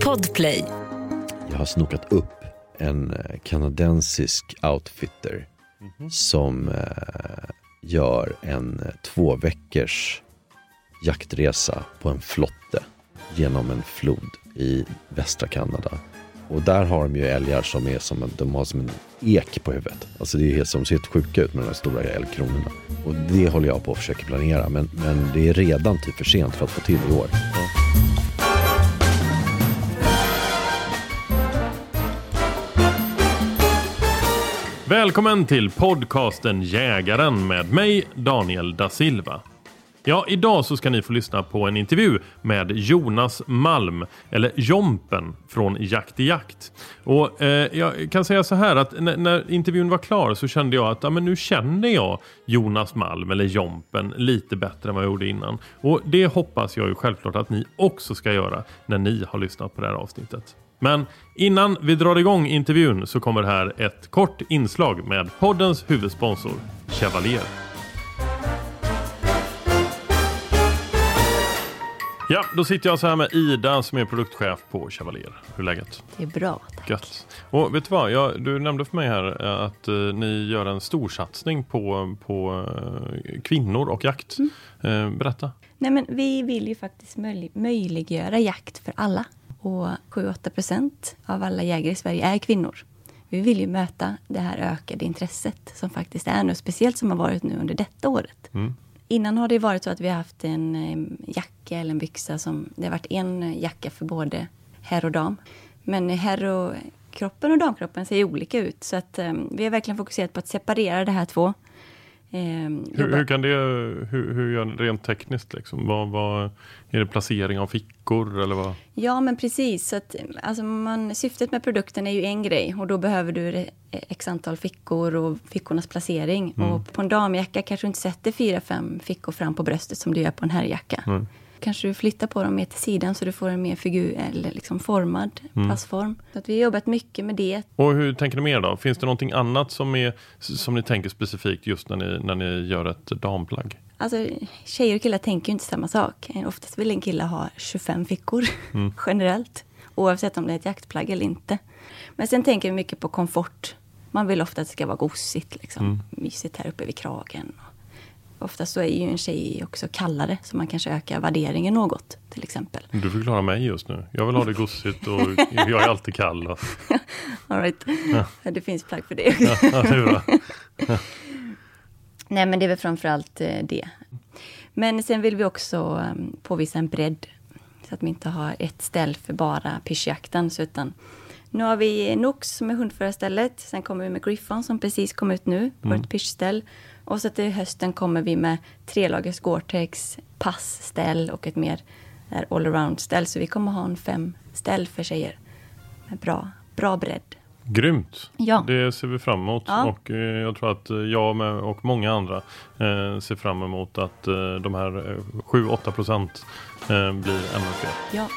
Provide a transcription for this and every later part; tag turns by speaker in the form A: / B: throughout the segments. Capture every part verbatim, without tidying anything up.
A: Podplay.
B: Jag har snokat upp en kanadensisk outfitter mm-hmm. som eh, gör en två veckors jaktresa på en flotte genom en flod i västra Kanada. Och där har de ju älgar som är som en, de har som en ek på huvudet. Alltså det är helt som ser helt sjuka ut med de här stora älgkronorna. Och det håller jag på att försöka planera. Men, men det är redan typ för sent för att få till i år. Ja.
C: Välkommen till podcasten Jägaren med mig, Daniel da Silva. Ja, idag så ska ni få lyssna på en intervju med Jonas Malm, eller Jompen från Jakt i Jakt. Och eh, jag kan säga så här att n- när intervjun var klar så kände jag att ja, men nu känner jag Jonas Malm, eller Jompen, lite bättre än vad jag gjorde innan. Och det hoppas jag ju självklart att ni också ska göra när ni har lyssnat på det här avsnittet. Men innan vi drar igång intervjun så kommer här ett kort inslag med poddens huvudsponsor, Chevalier. Ja, då sitter jag så här med Ida som är produktchef på Chevalier. Hur är läget?
D: Det är bra, tack.
C: Gött. Och vet du vad, jag, du nämnde för mig här att uh, ni gör en stor satsning på, på uh, kvinnor och jakt. Mm. Uh, berätta.
D: Nej, men vi vill ju faktiskt möj- möjliggöra jakt för alla. Och sju till åtta procent av alla jägare i Sverige är kvinnor. Vi vill ju möta det här ökade intresset som faktiskt är nu, speciellt som har varit nu under detta året. Mm. Innan har det varit så att vi har haft en jacka eller en byxa som, det har varit en jacka för både herr och dam. Men herr och kroppen och damkroppen ser olika ut, så att um, vi har verkligen fokuserat på att separera det här två. Um,
C: hur, hur kan det, hur, hur gör det rent tekniskt liksom? Vad, vad, är det placering av fickor eller vad?
D: Ja, men precis. Så att, alltså man, syftet med produkten är ju en grej och då behöver du x antal fickor och fickornas placering. Mm. Och på en damjacka kanske du inte sätter fyra, fem fickor fram på bröstet som du gör på en herrjacka. Mm. Kanske du flyttar på dem mer till sidan så du får en mer figur eller liksom formad mm. passform. Så att vi har jobbat mycket med det. Och
C: hur tänker ni mer då? Finns det någonting annat som, är, som ni tänker specifikt just när ni, när ni gör ett damplagg?
D: Alltså tjejer och killar tänker ju inte samma sak. Oftast vill en kille ha tjugofem fickor mm. generellt. Oavsett om det är ett jaktplagg eller inte. Men sen tänker vi mycket på komfort. Man vill ofta att det ska vara gosigt liksom. Mm. Mysigt här uppe vid kragen. Oftast så är ju en tjej också kallare så man kanske ökar värderingen något till exempel.
C: Du förklarar mig just nu. Jag vill ha det gossigt och jag är alltid kall.
D: All right. Ja. Det finns plagg för det.
C: Ja, ja, det är bra. Ja.
D: Nej, men det är väl framförallt det. Men sen vill vi också um, påvisa en bredd så att vi inte har ett ställ för bara pyschjakten. Utan nu har vi Nox som är hundförarstället. Sen kommer vi med Griffon som precis kom ut nu på mm. ett pyschställ. Och så till hösten kommer vi med tre lagers Gore-Tex, passställ och ett mer all-around-ställ. Så vi kommer ha en fem ställ för tjejer med bra, bra bredd.
C: Grymt.
D: Ja.
C: Det ser vi fram emot. Ja. Och eh, jag tror att jag med, och många andra eh, ser fram emot att eh, de här eh, sju till åtta procent eh, blir ännu fler.
D: Ja.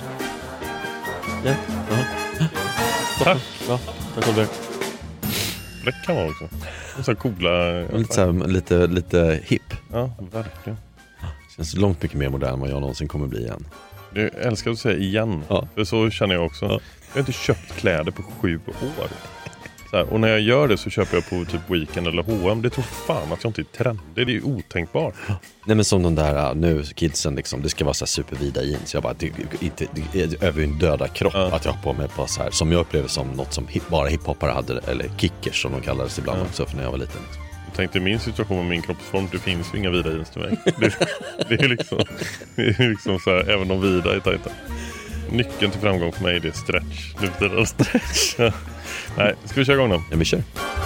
C: Ja. Uh-huh. Tack. Ja, tack för det. Det kan vara också. Så coola.
B: Lite, så här, lite, lite hip.
C: Ja, verkligen.
B: Känns långt mycket mer modern än vad jag någonsin kommer bli igen.
C: Jag älskar att säga igen. Ja. För så känner jag också. Ja. Jag har inte köpt kläder på sju år. Så här, och när jag gör det så köper jag på typ Weekend eller H och M. Det tror fan att jag inte är trendig. Det är ju otänkbart.
B: Nej, men som de där nu kidsen liksom, det ska vara så här supervida jeans. Jag bara, det, inte, det är över en döda kropp ja. Att jag har på mig på så här, som jag upplever som något som hip, bara hiphoppare hade, eller kickers som de kallades ibland ja. Också för när jag var liten. Liksom.
C: Jag tänkte min situation med min kroppsform, det finns ju inga vida jeans till mig. Det, det är liksom, det är liksom så här, även de vida är tajta. Nyckeln till framgång för mig är stretch. Det betyder stretch. Ja. Nej, ska vi köra igång då?
B: Ja, vi kör.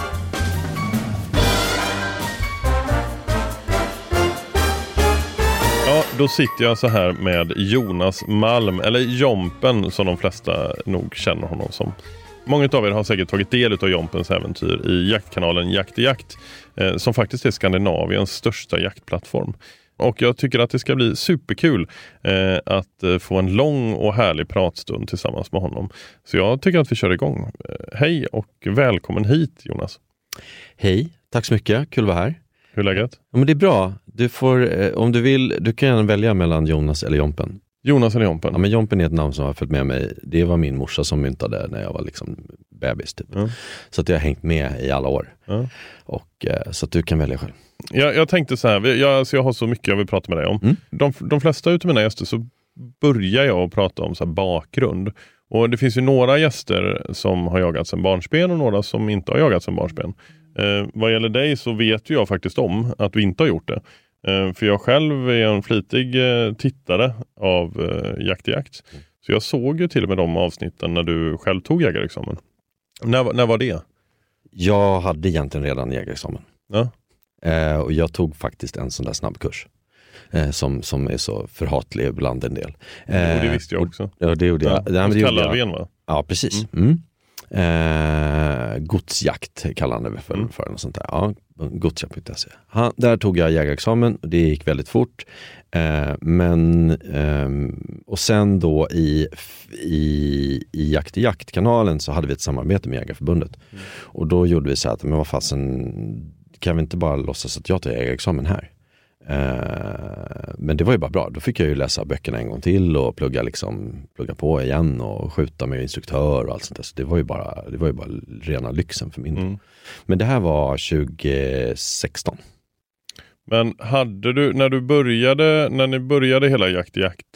C: Ja, då sitter jag så här med Jonas Malm, eller Jompen som de flesta nog känner honom som. Många av er har säkert tagit del av Jompens äventyr i jaktkanalen Jakt i Jakt, eh, som faktiskt är Skandinaviens största jaktplattform. Och jag tycker att det ska bli superkul eh, att eh, få en lång och härlig pratstund tillsammans med honom. Så jag tycker att vi kör igång. Eh, hej och välkommen hit, Jonas.
B: Hej, tack så mycket. Kul att vara här.
C: Hur är läget?
B: Ja, men det är bra. Du får, eh, om du vill, du kan gärna välja mellan Jonas eller Jompen.
C: Jonas eller Jompen?
B: Ja, men Jompen är ett namn som har följt med mig. Det var min morsa som myntade när jag var liksom bebis typ. Mm. Så att jag har hängt med i alla år. Mm. Och, så att du kan välja själv.
C: Jag, jag tänkte så här, jag, alltså jag har så mycket jag vill prata med dig om. Mm. De, de flesta utav mina gäster så börjar jag att prata om så här bakgrund. Och det finns ju några gäster som har jagat sedan barnsben och några som inte har jagat sedan barnsben. Eh, vad gäller dig så vet ju jag faktiskt om att du inte har gjort det. Eh, för jag själv är en flitig eh, tittare av eh, Jakt i jakt. Så jag såg ju till och med de avsnitten när du själv tog jägarexamen. När, när var det?
B: Jag hade egentligen redan jägarexamen. Ja. Eh, och jag tog faktiskt en sån där snabbkurs. Eh, som, som är så förhatlig bland en del.
C: Eh, och det visste jag också.
B: Ja, det gjorde jag.
C: Ja, det kallar jag. Va?
B: Ja, precis. Mm. Mm. Eh, godsjakt kallar han det för, mm. för något sånt där. Ja, godsjakt punkt se. Han, där tog jag jägarexamen och det gick väldigt fort. Eh, men eh, och sen då i, i, i Jakt i jakt-kanalen så hade vi ett samarbete med Jägarförbundet. Mm. Och då gjorde vi så att, men vad fasen, kan vi inte bara låtsas att jag tar jägarexamen här? Uh, men det var ju bara bra. Då fick jag ju läsa böckerna en gång till och plugga, liksom, plugga på igen och skjuta med instruktör och allt sånt där. Så det var ju bara, det var ju bara rena lyxen för min mm. Men det här var tjugo sexton.
C: Men hade du, när du började, när ni började hela Jakt i jakt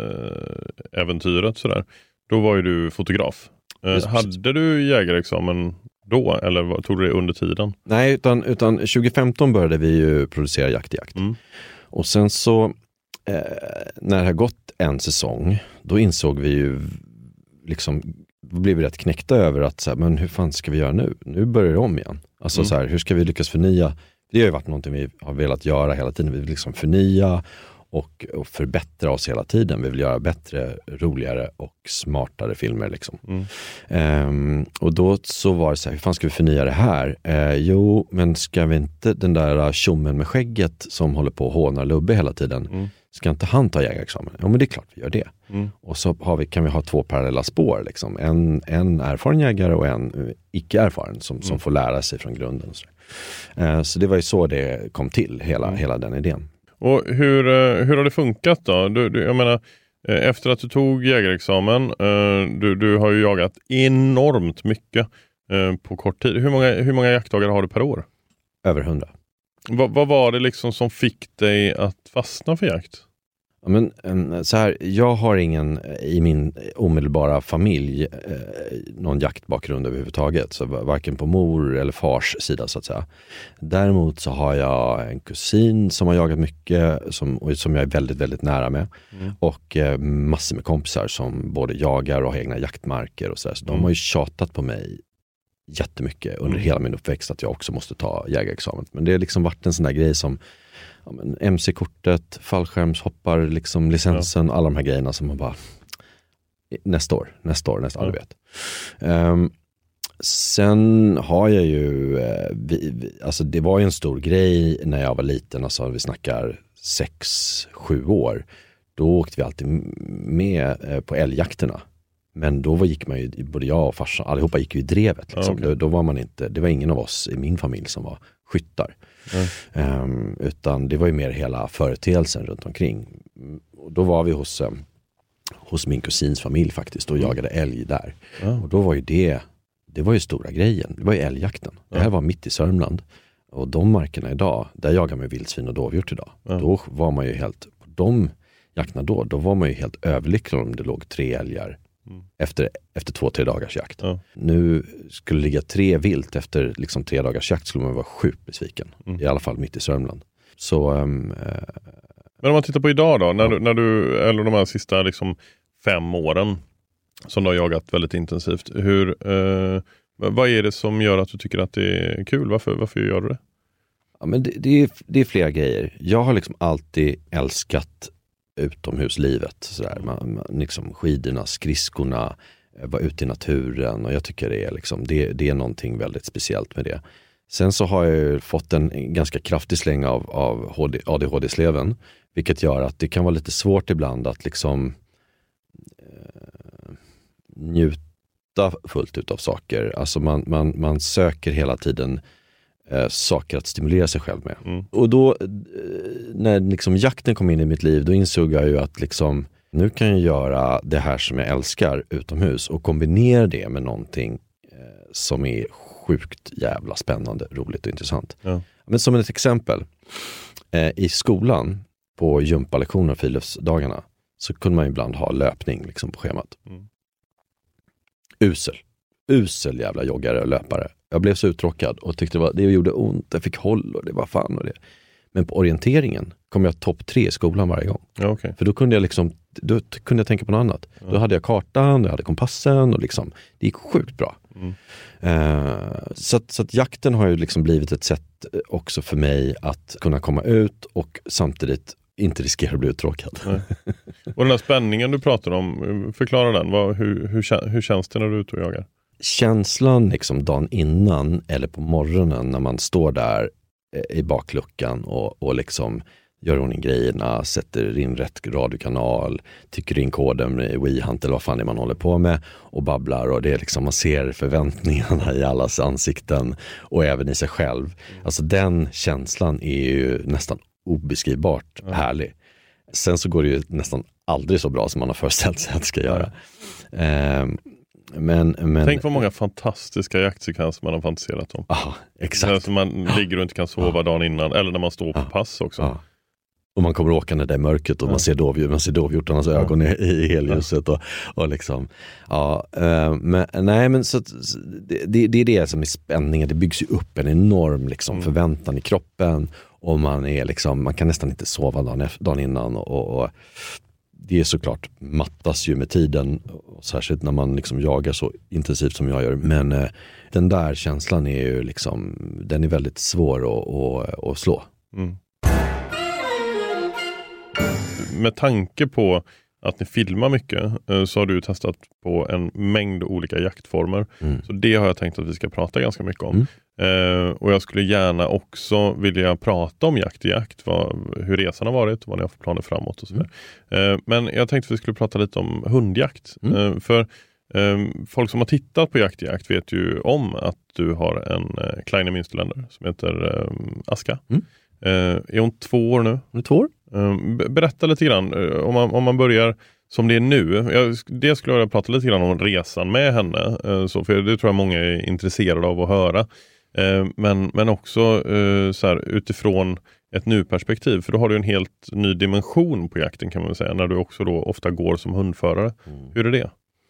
C: äh, äventyret sådär, då var ju du fotograf. Uh, hade du jägarexamen då, eller tog du det under tiden?
B: Nej, utan, utan tjugo femton började vi ju producera Jakt i jakt. Mm. Och sen så, eh, när det har gått en säsong, då insåg vi ju, liksom, då blev vi rätt knäckta över att, så här, men hur fan ska vi göra nu? Nu börjar det om igen. Alltså mm. så här, hur ska vi lyckas förnya? Det har ju varit någonting vi har velat göra hela tiden. Vi vill liksom förnya och, och förbättra oss hela tiden. Vi vill göra bättre, roligare och smartare filmer liksom. Mm. Um, och då så var det så här, hur fan ska vi förnya det här? Uh, jo, men ska vi inte den där tjommen med skägget som håller på och hånar Lubbe hela tiden, mm. ska inte han ta jägarexamen? Ja, men det är klart vi gör det. Mm. Och så har vi, kan vi ha två parallella spår liksom. En, en erfaren jägare och en icke erfaren som, som mm. får lära sig från grunden. Så, uh, så det var ju så det kom till, hela, mm. hela den idén.
C: Och hur, hur har det funkat då? Du, du, jag menar, efter att du tog jägarexamen, du, du har ju jagat enormt mycket på kort tid. Hur många, hur många jaktdagar har du per år?
B: Över hundra.
C: Va, vad var det liksom som fick dig att fastna för jakt?
B: Ja, men, så här, jag har ingen i min omedelbara familj eh, någon jaktbakgrund överhuvudtaget, så varken på mor eller fars sida så att säga. Däremot så har jag en kusin som har jagat mycket, som, och som jag är väldigt väldigt nära med, mm. och eh, massor med kompisar som både jagar och har egna jaktmarker och så, där. Så mm. de har ju tjatat på mig jättemycket under mm. hela min uppväxt att jag också måste ta jägarexamen. Men det har liksom varit en sån där grej som, ja, men M C-kortet, fallskärmshoppar, liksom licensen, ja. Alla de här grejerna som man bara, nästa år, nästa år, nästa år, ja. du vet. Um, sen har jag ju, eh, vi, vi, alltså det var ju en stor grej när jag var liten, alltså vi snackar sex, sju år. Då åkte vi alltid med eh, på älgjakterna. Men då var, gick man ju, både jag och farsan, allihopa gick ju i drevet. Liksom. Okay. Då, då var man inte, det var ingen av oss i min familj som var skyttar. Mm. Um, utan det var ju mer hela företeelsen runt omkring. Och då var vi hos, um, hos min kusins familj faktiskt och mm. jagade älg där. Mm. Och då var ju det, det var ju stora grejen. Det var ju älgjakten. Mm. Det här var mitt i Sörmland. Och de markerna idag, där jagar man vildsvin och dovhjort idag. Mm. Då var man ju helt, på de jakterna då, då var man ju helt överlycklig om det låg tre älgar. Mm. Efter, efter två, tre dagars jakt. Ja. Nu skulle det ligga tre vilt efter liksom tre dagars jakt, skulle man vara sjukt besviken. Mm. I alla fall mitt i Sörmland. Så, um, äh,
C: men om man tittar på idag då, när, ja. du, när du, eller de här sista liksom fem åren som du har jagat väldigt intensivt. Hur, uh, vad är det som gör att du tycker att det är kul? Varför, varför gör du det?
B: Ja, men det, det, är, det är flera grejer. Jag har liksom alltid älskat utomhuslivet, sådär. Man, man, liksom skidorna, skridskorna, vara ute i naturen, och jag tycker det är, liksom, det, det är någonting väldigt speciellt med det. Sen så har jag ju fått en ganska kraftig släng av, av A D H D-sleven, vilket gör att det kan vara lite svårt ibland att liksom eh, njuta fullt ut av saker. Alltså man, man, man söker hela tiden eh, saker att stimulera sig själv med. Mm. Och då, eh, när liksom jakten kom in i mitt liv, då insåg jag ju att liksom, nu kan jag göra det här som jag älskar utomhus och kombinera det med någonting eh, som är sjukt jävla spännande, roligt och intressant. Ja. Men som ett exempel, eh, i skolan på gympalektioner och friluftsdagarna så kunde man ibland ha löpning liksom på schemat. Mm. Usel. Usel jävla joggare och löpare. Jag blev så uttråkad och tyckte det, var, det gjorde ont, jag fick håll och det var fan och det. Men på orienteringen kom jag topp tre i skolan varje gång.
C: Ja, okay.
B: För då kunde jag liksom, då kunde jag tänka på något annat. Ja. Då hade jag kartan, jag hade kompassen och liksom, det gick sjukt bra. Mm. Uh, så, att, så att jakten har ju liksom blivit ett sätt också för mig att kunna komma ut och samtidigt inte riskera att bli uttråkad.
C: Nej. Och den här spänningen du pratar om, förklara den. Vad, hur, hur, hur känns det när du är ute och jagar?
B: Känslan liksom dagen innan eller på morgonen när man står där i bakluckan och, och liksom gör hon in grejerna, sätter in rätt radiokanal, tycker in koden i WeHunt eller vad fan det man håller på med och babblar och det är liksom, man ser förväntningarna i allas ansikten och även i sig själv. Alltså den känslan är ju nästan obeskrivbart ja. härlig. Sen så går det ju nästan aldrig så bra som man har föreställt sig att det ska göra. Ja. Ehm, Men, men...
C: Tänk vad många fantastiska jaktsekvenser man har fantiserat om.
B: Ja, exakt.
C: Alltså man ligger och inte kan sova ja. dagen innan. Eller när man står på ja. pass också. Ja.
B: Och man kommer åka när det är mörkret och ja. man ser dovdjur, man ser dovhjortarnas ja. ögon i, i helljuset. Och, och liksom, ja, men, nej men så, det, det är det som är spänningen. Det byggs ju upp en enorm liksom, mm. förväntan i kroppen. Och man är liksom, man kan nästan inte sova dagen, dagen innan och, och det är såklart mattas ju med tiden, särskilt när man liksom jagar så intensivt som jag gör. Men eh, den där känslan är ju liksom, den är väldigt svår att, att, att slå. Mm.
C: Med tanke på att ni filmar mycket så har du testat på en mängd olika jaktformer. Mm. Så det har jag tänkt att vi ska prata ganska mycket om. Mm. Uh, och jag skulle gärna också vilja prata om jakt i jakt, vad, hur resan har varit, vad ni har för planer framåt och så mm. uh, Men jag tänkte att vi skulle prata lite om hundjakt. Mm. Uh, för uh, folk som har tittat på jakt i jakt vet ju om att du har en uh, Kleine Münsterländer som heter uh, Aska. Mm. Uh, är hon två år nu?
B: Hon är två år.
C: Uh, berätta lite grann, uh, om, man, om man börjar som det är nu. Jag, det skulle jag vilja prata lite grann om resan med henne. Uh, så, för det tror jag många är intresserade av att höra. Men, men också så här, utifrån ett nu-perspektiv. För då har du en helt ny dimension på jakten kan man väl säga. När du också då ofta går som hundförare. Mm. Hur är det?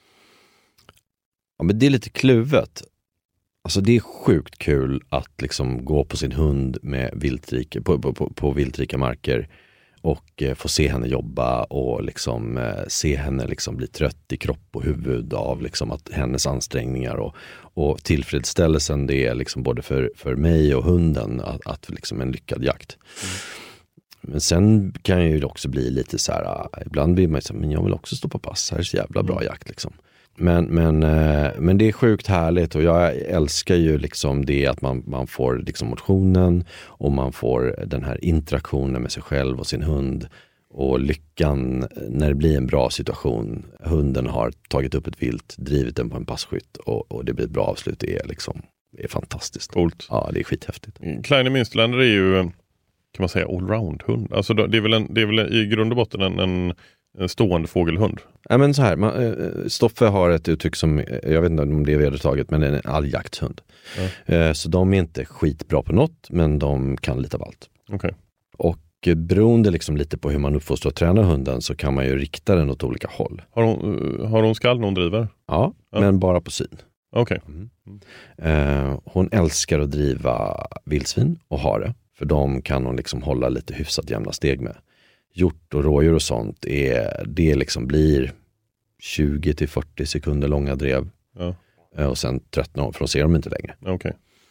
B: Ja, men det är lite kluvet. Alltså det är sjukt kul att liksom gå på sin hund med viltrika, på, på, på, på viltrika marker. Och eh, få se henne jobba och liksom, eh, se henne liksom bli trött i kropp och huvud av liksom att hennes ansträngningar och, och tillfredsställelsen det är liksom både för, för mig och hunden att, att liksom en lyckad jakt. Mm. Men sen kan ju det också bli lite så här, ibland blir man ju så här, men jag vill också stå på pass, här är så jävla bra jakt liksom. Men, men, men det är sjukt härligt och jag älskar ju liksom det att man, man får liksom motionen och man får den här interaktionen med sig själv och sin hund och lyckan när det blir en bra situation. Hunden har tagit upp ett vilt, drivit den på en passkytt och, och det blir ett bra avslut. Det är liksom, det är fantastiskt.
C: Coolt.
B: Ja, det är skithäftigt.
C: Kleine Münsterländer är ju, kan man säga, allround-hund. Alltså det är väl, en, det är väl i grund och botten en, en En stående fågelhund.
B: Ja, men så här, man, Stoffe har ett uttryck som, jag vet inte om det är vedertaget, men en alljaktshund. Ja. Så de är inte skitbra på något, men de kan lite av allt.
C: Okay.
B: Och beroende liksom lite på hur man uppfostrar och tränar hunden så kan man ju rikta den åt olika håll.
C: Har hon, har hon skall någon driver?
B: Ja, ja, men bara på syn.
C: Okej. Okay.
B: Mm. Uh, hon älskar att driva vildsvin och hare, för de kan hon liksom hålla lite hyfsat jämna steg med. Hjort och rådjur och sånt är, det liksom blir tjugo till fyrtio sekunder långa drev. Ja. Och sen tröttnar hon för de ser dem inte längre.
C: Okay.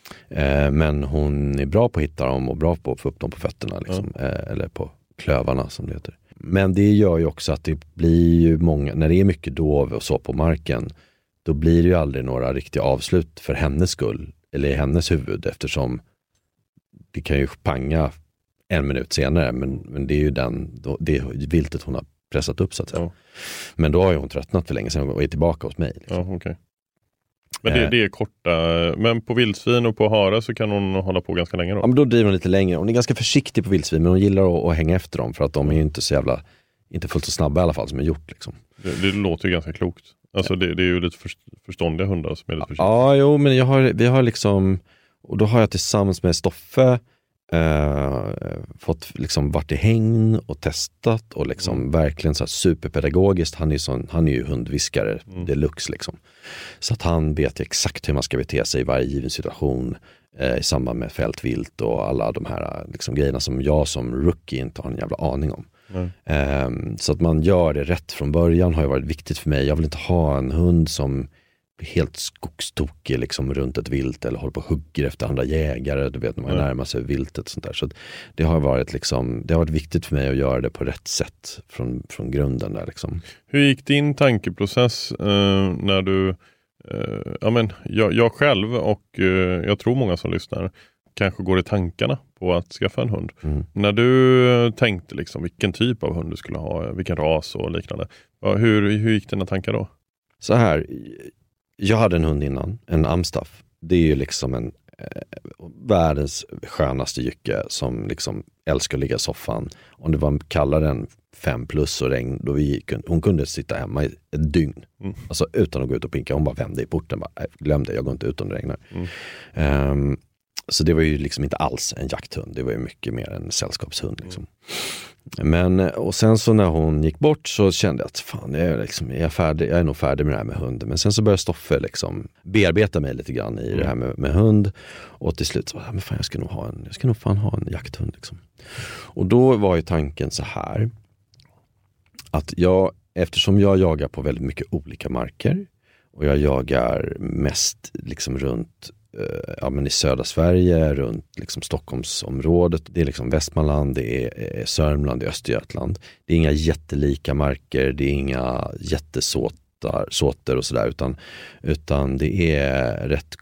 B: Men hon är bra på att hitta dem och bra på att få upp dem på fötterna liksom. Ja. Eller på klövarna som det heter. Men det gör ju också att det blir ju många, när det är mycket dov och så på marken, då blir det ju aldrig några riktiga avslut för hennes skull eller i hennes huvud, eftersom det kan ju panga en minut senare, men, men det är ju den, det är viltet hon har pressat upp så att säga. Ja. Men då har ju hon tröttnat för länge sedan och är tillbaka hos mig. Liksom.
C: Ja, okay. Men det, det är korta, men på vildsvin och på hare så kan hon hålla på ganska länge då?
B: Ja, men då driver hon lite längre. Hon är ganska försiktig på vildsvin, men hon gillar att, att hänga efter dem för att de är ju inte så jävla inte fullt så snabba i alla fall som är gjort liksom.
C: Det, det låter ju ganska klokt. Alltså ja. det, det är ju lite för, förståndiga hundar som är lite försiktiga.
B: Ja, jo, men jag har, vi har liksom, och då har jag tillsammans med Stoffe eh, fått liksom varit i hägn och testat och liksom mm. verkligen så här superpedagogiskt. Han är, sån, han är ju hundviskare mm. deluxe liksom. Så att han vet exakt hur man ska bete sig i varje given situation eh, i samband med fältvilt och alla de här liksom, grejerna som jag som rookie inte har en jävla aning om. Mm. Um, så att man gör det rätt från början har ju varit viktigt för mig. Jag vill inte ha en hund som blir helt skogstokig liksom runt ett vilt eller håller på och hugger efter andra jägare, du vet när man mm. närmar sig viltet och sånt där. Så att det har varit liksom, det har varit viktigt för mig att göra det på rätt sätt från, från grunden där liksom.
C: Hur gick din tankeprocess uh, när du uh, ja men jag, jag själv och uh, jag tror många som lyssnar kanske går i tankarna på att skaffa en hund. Mm. När du tänkte liksom vilken typ av hund du skulle ha, vilken ras och liknande. Hur, hur gick dina tankar då?
B: Så här, jag hade en hund innan, en Amstaff. Det är ju liksom en eh, världens skönaste jycke som liksom älskar att ligga i soffan. Om det var kallare än fem plus och regn, då vi, hon kunde sitta hemma i ett dygn. Mm. Alltså utan att gå ut och pinka. Hon bara vände i porten. Bara, glöm det, jag går inte ut om det regnar. Mm. Um, Så det var ju liksom inte alls en jakthund. Det var ju mycket mer en sällskapshund liksom. Mm. Men, och sen så när hon gick bort så kände jag att fan, jag är, liksom, jag är, färdig, jag är nog färdig med det här med hunden. Men sen så började Stoffe liksom bearbeta mig lite grann i mm. det här med, med hund. Och till slut så men fan, jag ska nog ha en, jag ska nog fan ha en jakthund liksom. Och då var ju tanken så här. Att jag, eftersom jag jagar på väldigt mycket olika marker. Och jag jagar mest liksom runt ja, men i södra Sverige, runt liksom Stockholmsområdet. Det är liksom Västmanland, det är, är Sörmland, det är Östergötland. Det är inga jättelika marker, det är inga jättesåtar, såter och sådär, utan, utan det är rätt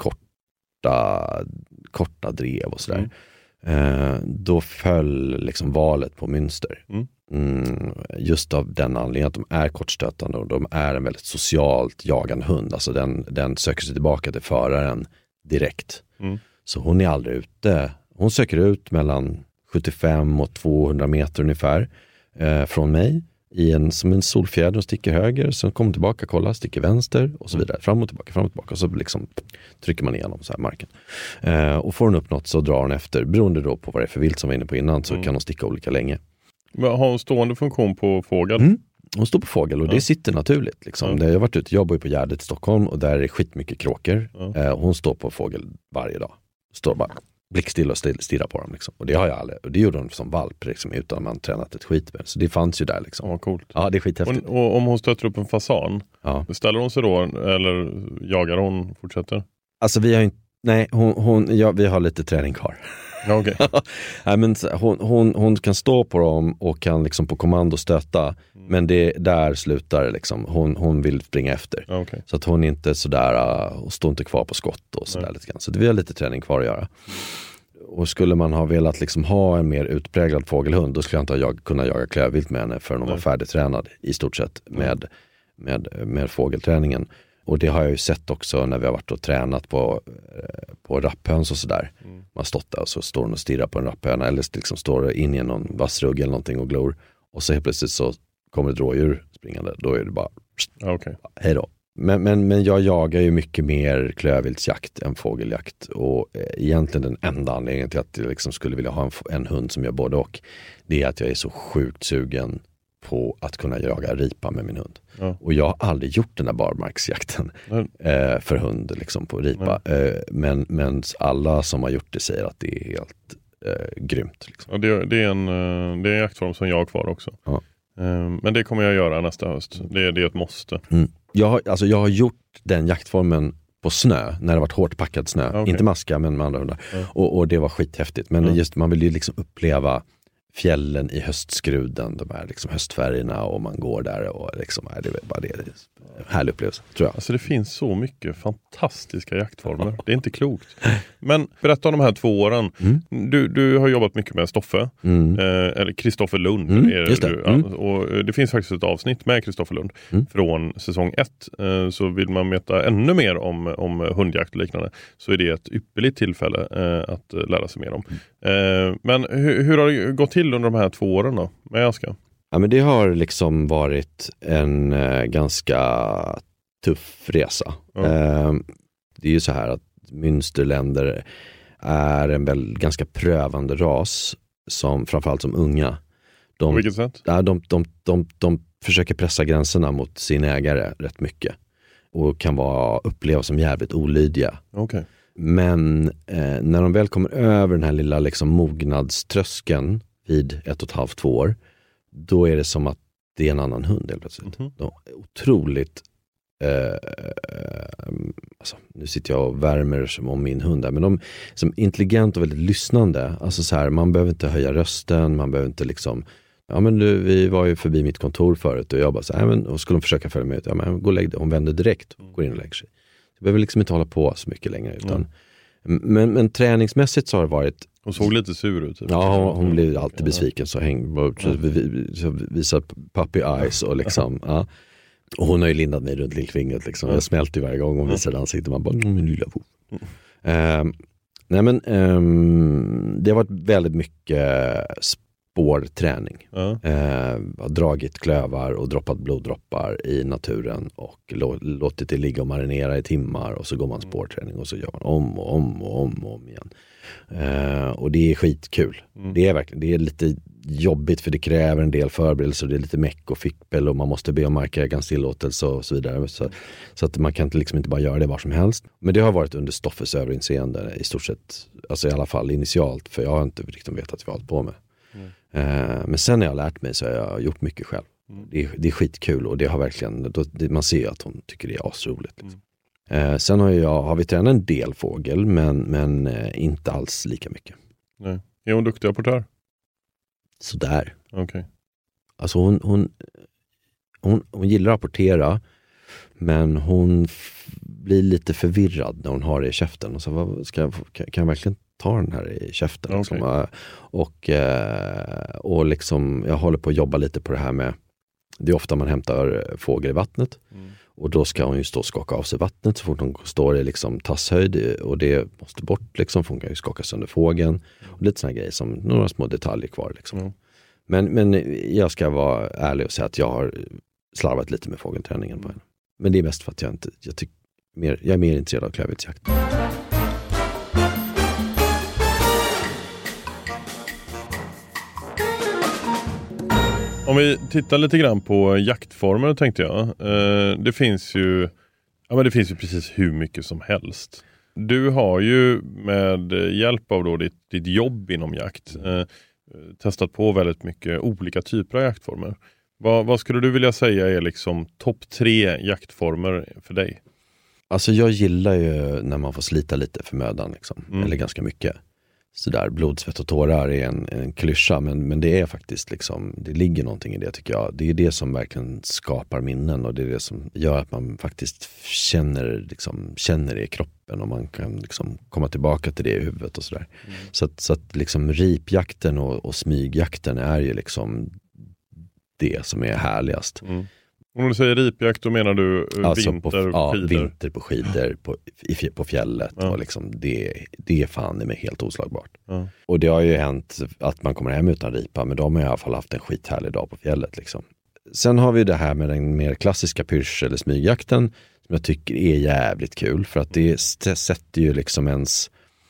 B: korta, korta drev och sådär. Mm. Eh, då föll liksom valet på Münster. Mm. Mm, just av den anledningen att de är kortstötande och de är en väldigt socialt jagande hund. Alltså den, den söker sig tillbaka till föraren direkt. Mm. Så hon är aldrig ute. Hon söker ut mellan sjuttiofem och tvåhundra meter ungefär eh, från mig i en, som en solfjäder och sticker höger, sen kommer tillbaka, kolla, sticker vänster och så vidare. Fram och tillbaka, fram och tillbaka och så liksom trycker man igenom så här marken. Eh, och får hon upp något så drar hon efter. Beroende då på vad det är för vilt som var inne på innan så mm. kan hon sticka olika länge.
C: Men har hon stående funktion på fågel?
B: Mm. Hon står på fågel och ja. det sitter naturligt. Liksom. Ja. Det, jag har varit ute, jag bor ju på Gärdet i Stockholm och där är skitmycket kråkor. Ja. Eh, hon står på fågel varje dag. Står bara blickstill och stirrar på dem. Liksom. Och det har jag aldrig. Och det gjorde hon som valp liksom, utan att man tränat ett skit med. Så det fanns ju där liksom.
C: Ja, coolt.
B: Ja, det är skithäftigt.
C: Och, och om hon stöter upp en fasan, ja. ställer hon sig då eller jagar hon fortsätter?
B: Alltså vi har inte, nej, hon, hon, ja, vi har lite träning kvar.
C: Ja, okay.
B: Nej, men hon, hon, hon kan stå på dem och kan liksom på kommando stöta. Mm. Men det där slutar liksom. Hon, hon vill springa efter.
C: Ja, okay.
B: Så att hon inte sådär och står inte kvar på skott och sådär lite grann. Så vi har lite träning kvar att göra. Och skulle man ha velat liksom ha en mer utpräglad fågelhund, då skulle jag inte jag kunna jaga klövvilt med henne förrän hon var färdigtränad i stort sett med, med, med fågelträningen. Och det har jag ju sett också när vi har varit och tränat på, på rapphöns och sådär. Mm. Man har stått där och så står hon och stirrar på en rapphöna eller liksom står in i någon vassrugg eller någonting och glor. Och så helt plötsligt så kommer ett rådjur springande. Då är det bara,
C: okay.
B: hej då. Men, men, men jag jagar ju mycket mer klövviltsjakt än fågeljakt. Och eh, egentligen den enda anledningen till att jag liksom skulle vilja ha en, en hund som gör både och, det är att jag är så sjukt sugen på att kunna jaga ripa med min hund. Ja. Och jag har aldrig gjort den där barmarksjakten eh, för hund liksom på ripa. Eh, men, men alla som har gjort det säger att det är helt eh, grymt. Liksom.
C: Ja, det, det, är en, det är en jaktform som jag har kvar också. Ja. Eh, men det kommer jag göra nästa höst. Det, det är ett måste.
B: Mm. Jag, har, alltså, jag har gjort den jaktformen på snö, när det varit hårt packad snö. Okay. Inte maska, men med andra hundar. Ja. Och, och det var skithäftigt. Men mm. just man vill ju liksom uppleva fjällen i höstskruden, de här liksom höstfärgerna och man går där och liksom, det är bara det, det är en härlig upplevelse, tror jag.
C: Alltså det finns så mycket fantastiska jaktformer. Det är inte klokt. Men berätta om de här två åren. Mm. Du, du har jobbat mycket med Stoffe. Mm. Eh, eller Kristoffer Lund. Mm, är
B: just det.
C: Du,
B: mm.
C: Och det finns faktiskt ett avsnitt med Kristoffer Lund mm. från säsong ett. Eh, så vill man veta ännu mer om, om hundjakt och liknande, så är det ett ypperligt tillfälle eh, att lära sig mer om. Mm. Eh, men hur, hur har det gått till under de här två åren då med Aska?
B: Ja, men det har liksom varit en eh, ganska tuff resa.
C: Mm.
B: Eh, det är ju så här att Münsterländer är en väl ganska prövande ras, som framförallt som unga. De,
C: På vilket sätt?
B: Ja, de, de, de, de försöker pressa gränserna mot sin ägare rätt mycket. Och kan vara upplevas som jävligt olydiga.
C: Okay.
B: Men eh, när de väl kommer över den här lilla liksom mognadströskeln vid ett och ett halvt, två år, då är det som att det är en annan hund helt plötsligt. Mm-hmm. De är otroligt eh, alltså, nu sitter jag och värmer som om min hund där, men de är som intelligent och väldigt lyssnande. Alltså så här, man behöver inte höja rösten, man behöver inte liksom, ja men du, vi var ju förbi mitt kontor förut och jag bara så här, men, och skulle de försöka följa med ut, ja men gå och lägg dig. Hon vänder direkt och går in och lägger sig. Jag behöver liksom inte hålla på så mycket längre, utan mm. men, men träningsmässigt så har det varit.
C: Hon såg lite sur ut. Typ.
B: Ja, hon, hon blev alltid besviken, så häng så, så visar puppy eyes och liksom, ja. Och hon har ju lindat mig runt lillfingret liksom. Jag smälter ju varje gång hon visar ansiktet. Man bara, min lilla fot. Mm. Uh, nej men um, det har varit väldigt mycket spårträning. Mm. Uh, har dragit klövar och droppat bloddroppar i naturen och lå- låtit det ligga och marinera i timmar, och så går man spårträning och så gör man om och om och om och om igen. Uh, och det är skitkul. Mm. Det är verkligen, det är lite jobbigt för det kräver en del förberedelser, det är lite meck och fickpel och man måste be om markägarens tillåtelse och så vidare. Så, så att man kan liksom inte bara göra det var som helst. Men det har varit under Stoffes överinseende i stort sett, alltså i alla fall initialt, för jag har inte riktigt vetat vad jag har hållit på med. Mm. Uh, men sen när jag har lärt mig så har jag gjort mycket själv. Mm. Det, är, det är skitkul och det har verkligen, då, det, man ser att hon tycker det är asroligt. Liksom. Mm. Uh, sen har, jag, har vi tränat en del fågel, men, men uh, inte alls lika mycket.
C: Nej. Är hon duktig rapportör?
B: Sådär.
C: Okay.
B: Alltså hon, hon, hon, hon gillar att rapportera, men hon f- blir lite förvirrad när hon har det i käften. Och så, vad, ska jag, kan, kan jag verkligen ta den här i käften?
C: Okay.
B: Liksom? Och, och liksom, jag håller på att jobba lite på det här med, det är ofta man hämtar fågel i vattnet. Mm. Och då ska hon ju stå och skaka av sig vattnet så fort hon står i liksom tasshöjd, och det måste bort liksom, för hon kan ju skaka sönder fågeln. Mm. Och lite såna grejer, som några små detaljer kvar liksom. Mm. Men, men jag ska vara ärlig och säga att jag har slarvat lite med fågelträningen på henne. Men det är mest för att jag inte, jag tycker mer, jag är mer intresserad av klövviltsjakt.
C: Om vi tittar lite grann på jaktformer, tänkte jag. Eh, det finns ju ja, men det finns ju precis hur mycket som helst. Du har ju med hjälp av då ditt, ditt jobb inom jakt eh, testat på väldigt mycket olika typer av jaktformer. Vad, vad skulle du vilja säga är liksom topp tre jaktformer för dig?
B: Alltså jag gillar ju när man får slita lite för mödan liksom. Mm. Eller ganska mycket. Sådär, blod, svett och tårar är en, en klyscha, men, men det är faktiskt liksom, det ligger någonting i det tycker jag. Det är det som verkligen skapar minnen, och det är det som gör att man faktiskt känner, liksom, känner det i kroppen, och man kan liksom komma tillbaka till det i huvudet och sådär. Mm. Så att, så att liksom ripjakten och, och smygjakten är ju liksom det som är härligast. Mm.
C: Om du säger ripjakt, då menar du
B: alltså
C: vinter
B: på,
C: på
B: ja,
C: skidor?
B: vinter på skidor på, i, på fjället. Ja. Och liksom det, det är fan det är helt oslagbart. Ja. Och det har ju hänt att man kommer hem utan ripa, men de har i alla fall haft en skithärlig dag på fjället. Liksom. Sen har vi det här med den mer klassiska pyrsch- eller smygjakten, som jag tycker är jävligt kul, för att det sätter ju liksom ens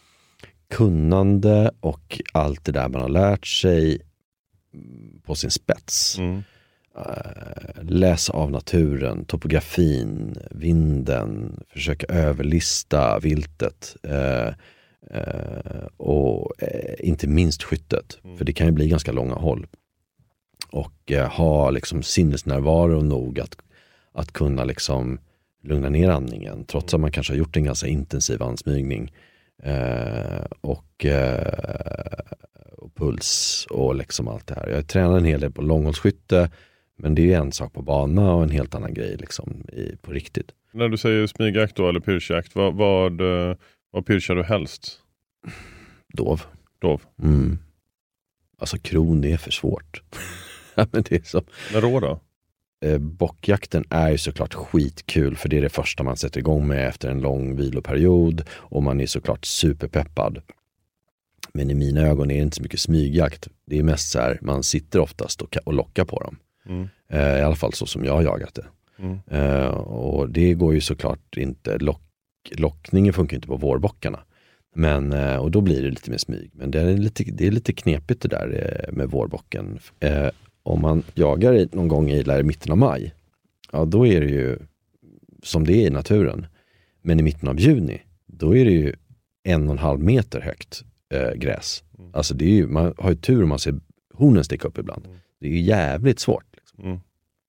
B: kunnande och allt det där man har lärt sig på sin spets. Mm. Uh, läsa av naturen, topografin, vinden, försöka överlista viltet uh, uh, och uh, inte minst skyttet, mm. för det kan ju bli ganska långa håll, och uh, ha liksom sinnesnärvaro nog att, att kunna liksom lugna ner andningen trots att man kanske har gjort en ganska intensiv ansmygning uh, och, uh, och puls och liksom allt det här. Jag tränar en hel del på långhållsskytte. Men det är ju en sak på bana och en helt annan grej liksom i, på riktigt. När
C: du säger smygjakt då, eller pyrschjakt, vad, vad, vad pyrschar du helst?
B: Dov.
C: Dov?
B: Mm. Alltså kron är för svårt. Men det är som...
C: När rå då?
B: Eh, bockjakten är ju såklart skitkul, för det är det första man sätter igång med efter en lång viloperiod, och man är såklart superpeppad. Men i mina ögon är det inte så mycket smygjakt. Det är mest så här, man sitter oftast och, och lockar på dem. Mm. Eh, I alla fall så som jag har jagat det. Mm. Eh, och det går ju såklart inte, lock, lockningen funkar inte på vårbockarna. Men, eh, och då blir det lite mer smyg. Men det är lite, det är lite knepigt det där eh, med vårbocken. Eh, om man jagar i, någon gång i, i mitten av maj, ja då är det ju som det är i naturen. Men i mitten av juni, då är det ju en och en halv meter högt eh, gräs. Mm. Alltså det är ju, man har ju tur om man ser hornen sticka upp ibland. Mm. Det är ju jävligt svårt. Liksom. Mm.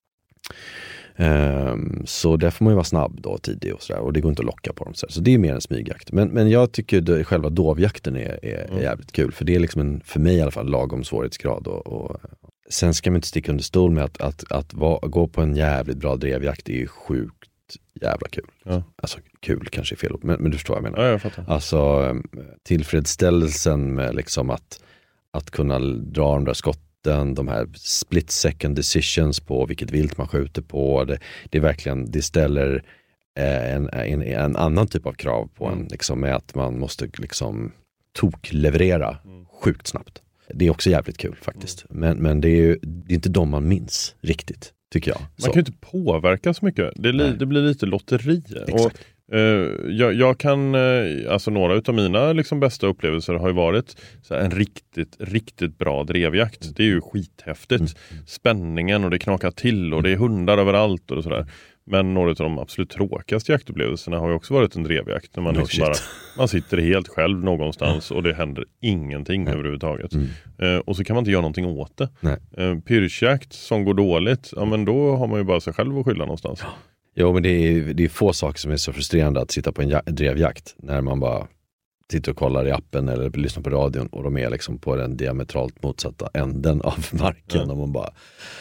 B: Um, så där får man ju vara snabb då tidigt och sådär. Och det går inte att locka på dem. Så, så det är mer en smygjakt. Men, men jag tycker det, själva dovjakten är, är, mm. är jävligt kul. För det är liksom en, för mig i alla fall, lagom svårighetsgrad. Och, och, sen ska man inte sticka under stol med att, att, att va, gå på en jävligt bra drevjakt är ju sjukt jävla kul. Ja. Alltså kul kanske är fel ord, men, men du förstår vad jag menar.
C: Ja, jag fattar.
B: Alltså tillfredsställelsen med liksom att, att kunna dra de där skotten, de här split second decisions på vilket vilt man skjuter på. Det, det är verkligen, det ställer eh, en, en, en annan typ av krav på mm. en, liksom, med att man måste liksom tokleverera mm. sjukt snabbt. Det är också jävligt kul faktiskt. Mm. Men, men det är ju det är inte de man minns riktigt, tycker jag.
C: Man
B: så.
C: kan ju inte påverka så mycket. Det, li, det blir lite lotteri. Exakt. Och, eh, jag, jag kan, eh, alltså några utav mina liksom, bästa upplevelser har ju varit så här, en riktigt, riktigt bra drevjakt. Mm. Det är ju skithäftigt. Mm. Spänningen och det knakar till och det är hundar överallt och sådär. Men några av de absolut tråkigaste jaktupplevelserna har ju också varit en drevjakt. När man,
B: no
C: liksom bara, man sitter helt själv någonstans och det händer ingenting mm. överhuvudtaget. Mm. Eh, och så kan man inte göra någonting åt det. Eh, pyrschjakt som går dåligt, ja men då har man ju bara sig själv att skylla någonstans. Ja.
B: Jo, men det är, det är få saker som är så frustrerande att sitta på en ja- drevjakt. När man bara sitter och kollar i appen eller lyssnar på radion och de är liksom på den diametralt motsatta änden av marken. Mm. Och man bara...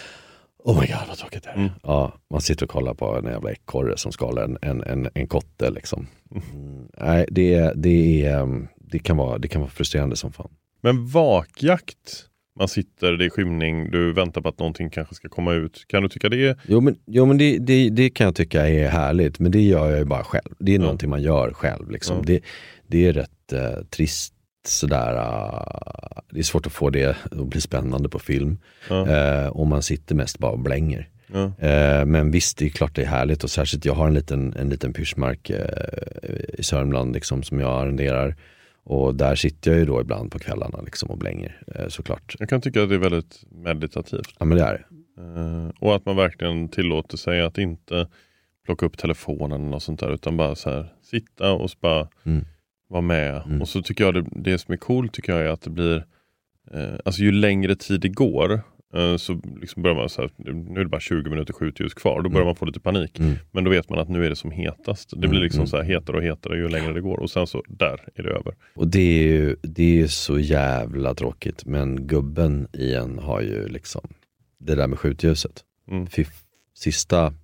B: Oh my god, vad tråkigt det är. Mm. Ja, man sitter och kollar på en jävla ekorre som skalar en, en, en, en kotte liksom. Mm. Nej, det, det, är, det, kan vara, det kan vara frustrerande som fan.
C: Men vakjakt, man sitter, det är skymning, du väntar på att någonting kanske ska komma ut. Kan du tycka det är...
B: Jo, men, jo, men det, det, det kan jag tycka är härligt. Men det gör jag ju bara själv. Det är mm. någonting man gör själv liksom. Mm. Det, det är rätt uh, trist. Sådär, uh, det är svårt att få det att bli spännande på film ja. uh, om man sitter mest bara och blänger ja. uh, men visst, det är klart det är härligt och särskilt jag har en liten, en liten pyrschmark uh, i Sörmland liksom, som jag arrenderar och där sitter jag ju då ibland på kvällarna liksom, och blänger uh, såklart.
C: Jag kan tycka att det är väldigt meditativt.
B: Ja, men det är det.
C: Uh, och att man verkligen tillåter sig att inte plocka upp telefonen och sånt där utan bara så här, sitta och så bara mm. vara med. Mm. Och så tycker jag det, det som är coolt tycker jag är att det blir eh, alltså ju längre tid det går eh, så liksom börjar man så här, nu är det bara tjugo minuter skjutljus kvar, då börjar mm. man få lite panik. Mm. Men då vet man att nu är det som hetast. Det blir liksom mm. så här hetare och hetare ju längre det går och sen så där är det över.
B: Och det är ju det är så jävla tråkigt, men gubben i en har ju liksom det där med skjutljuset. Mm. Fy, sista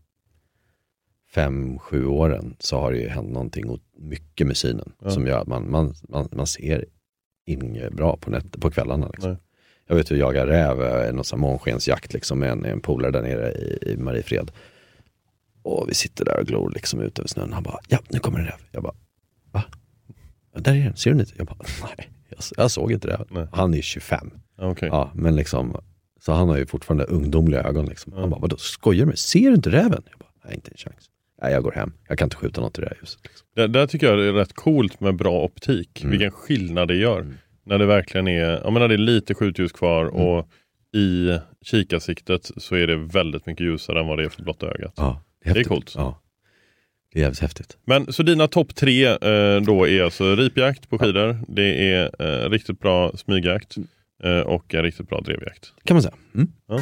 B: fem, sju åren så har det ju hänt någonting mycket med synen ja. Som gör att man, man, man, man ser inget bra på, nät, på kvällarna. Liksom. Jag vet hur jag jagar räv, en någon sån månskensjakt liksom, med en, en polare där nere i, i Mariefred. Och vi sitter där och glor liksom ut över snön. Han bara, ja nu kommer en räv. Jag bara, va? Ja, där är den, ser du inte? Jag bara, nej, jag, jag såg inte det. Han är tjugofem.
C: Okay.
B: Ja, men liksom, så han har ju fortfarande ungdomliga ögon. Liksom. Ja. Han bara, vadå, skojar du med? Ser du inte räven? Jag bara, nej, inte en chans. Nej, jag går hem. Jag kan inte skjuta något i det här huset. Liksom.
C: Det där tycker jag är rätt coolt med bra optik. Mm. Vilken skillnad det gör. Mm. När det verkligen är, jag menar det är lite skjutljus kvar mm. och i kikarsiktet så är det väldigt mycket ljusare än vad det är för blotta ögat.
B: Ja,
C: det är, det är coolt.
B: Ja, det är jävligt häftigt.
C: Men så dina topp tre eh, då är alltså ripjakt på skidor. Ja. Det är eh, riktigt bra smygjakt eh, och en riktigt bra drevjakt.
B: Kan man säga. Mm.
C: Ja.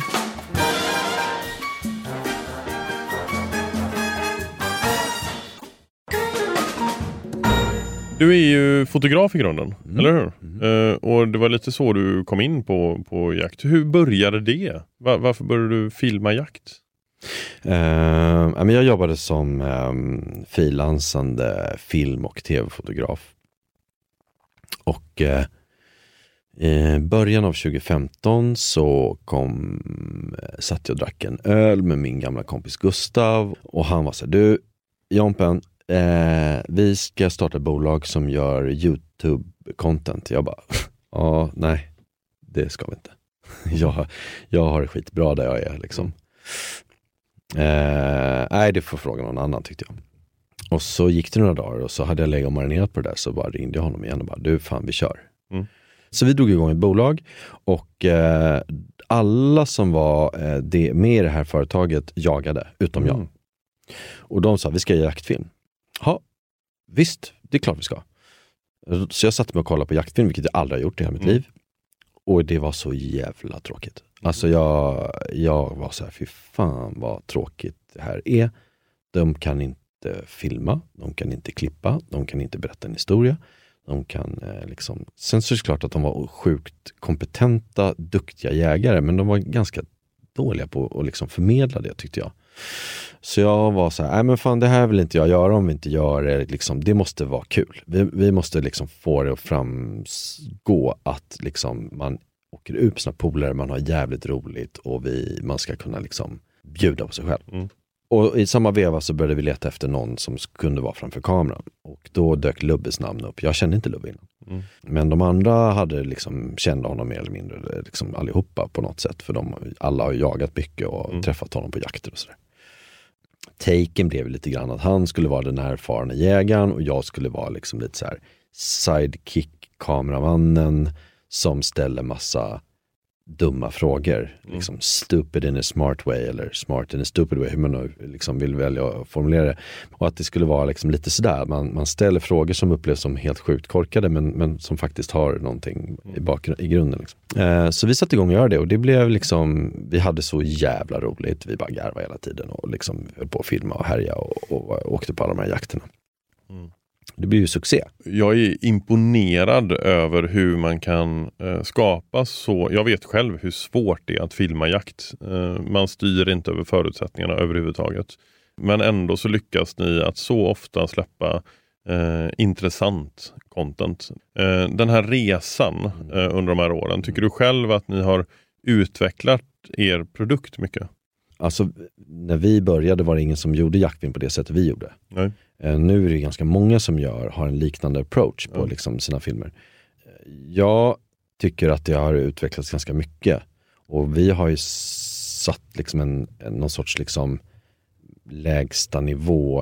C: Du är ju fotograf i grunden, mm. eller hur? Mm. Uh, och det var lite så du kom in på, på jakt. Hur började det? Var, varför började du filma jakt?
B: Uh, jag jobbade som um, frilansande film- och tv-fotograf. Och uh, i början av tjugo femton så kom, satt jag och drack en öl med min gamla kompis Gustav. Och han var så här, du, Jompen, Eh, vi ska starta ett bolag som gör YouTube-content. Jag bara, ja, nej, det ska vi inte. jag, jag har det skitbra där jag är liksom. Eh, nej, det får fråga någon annan tyckte jag. Och så gick det några dagar och så hade jag legat och marinerat på det där, så bara ringde jag honom igen och bara, du fan vi kör. Mm. Så vi drog igång ett bolag och eh, alla som var eh, det, med i det här företaget jagade, utom mm. jag. Och de sa, vi ska göra jaktfilm. Ja, visst, det är klart vi ska. Så jag satt mig och kollade på jaktfilm, vilket jag aldrig har gjort i hela mitt mm. liv. Och det var så jävla tråkigt. Alltså jag, jag var så här, fy fan vad tråkigt det här är. De kan inte filma, de kan inte klippa, de kan inte berätta en historia. De kan eh, liksom... Sen så är det klart att de var sjukt kompetenta, duktiga jägare, men de var ganska dåliga på att liksom förmedla det, tyckte jag. Så jag var så här, nej men fan, det här vill inte jag göra om vi inte gör det. Liksom, det måste vara kul. Vi, vi måste liksom få det att framgå att liksom man åker ut på sina polare, man har jävligt roligt och vi, man ska kunna liksom bjuda på sig själv. Mm. Och i samma veva så började vi leta efter någon som kunde vara framför kameran. Och då dök Lubbes namn upp. Jag kände inte Lubbe innan. Mm. Men de andra hade liksom, kände honom mer eller mindre liksom allihopa på något sätt. För de alla har jagat mycket och mm. träffat honom på jakter och sådär. Taken blev lite grann att han skulle vara den erfarna jägaren och jag skulle vara liksom lite så här sidekick kameramannen som ställer massa dumma frågor. Mm. Liksom stupid in a smart way eller smart in a stupid way, hur man nu liksom vill välja att formulera det. Och att det skulle vara liksom lite sådär. Man, man ställer frågor som upplevs som helt sjukt korkade men, men som faktiskt har någonting i, bakgrund, i grunden. Liksom. Eh, så vi satte igång och göra det och det blev liksom, vi hade så jävla roligt. Vi bara garvade hela tiden och liksom höll på att filma och härja och, och, och åkte på alla de här jakterna. Mm. Det blir ju succé.
C: Jag är imponerad över hur man kan eh, skapa så... Jag vet själv hur svårt det är att filma jakt. Eh, man styr inte över förutsättningarna överhuvudtaget. Men ändå så lyckas ni att så ofta släppa eh, intressant content. Eh, den här resan eh, under de här åren, tycker du själv att ni har utvecklat er produkt mycket?
B: Alltså, när vi började var det ingen som gjorde jaktfilm på det sättet vi gjorde.
C: Nej.
B: Uh, nu är det ganska många som gör, har en liknande approach på mm. liksom, sina filmer. Uh, jag tycker att det har utvecklats ganska mycket. Och vi har ju satt liksom en, en, någon sorts liksom, lägsta nivå.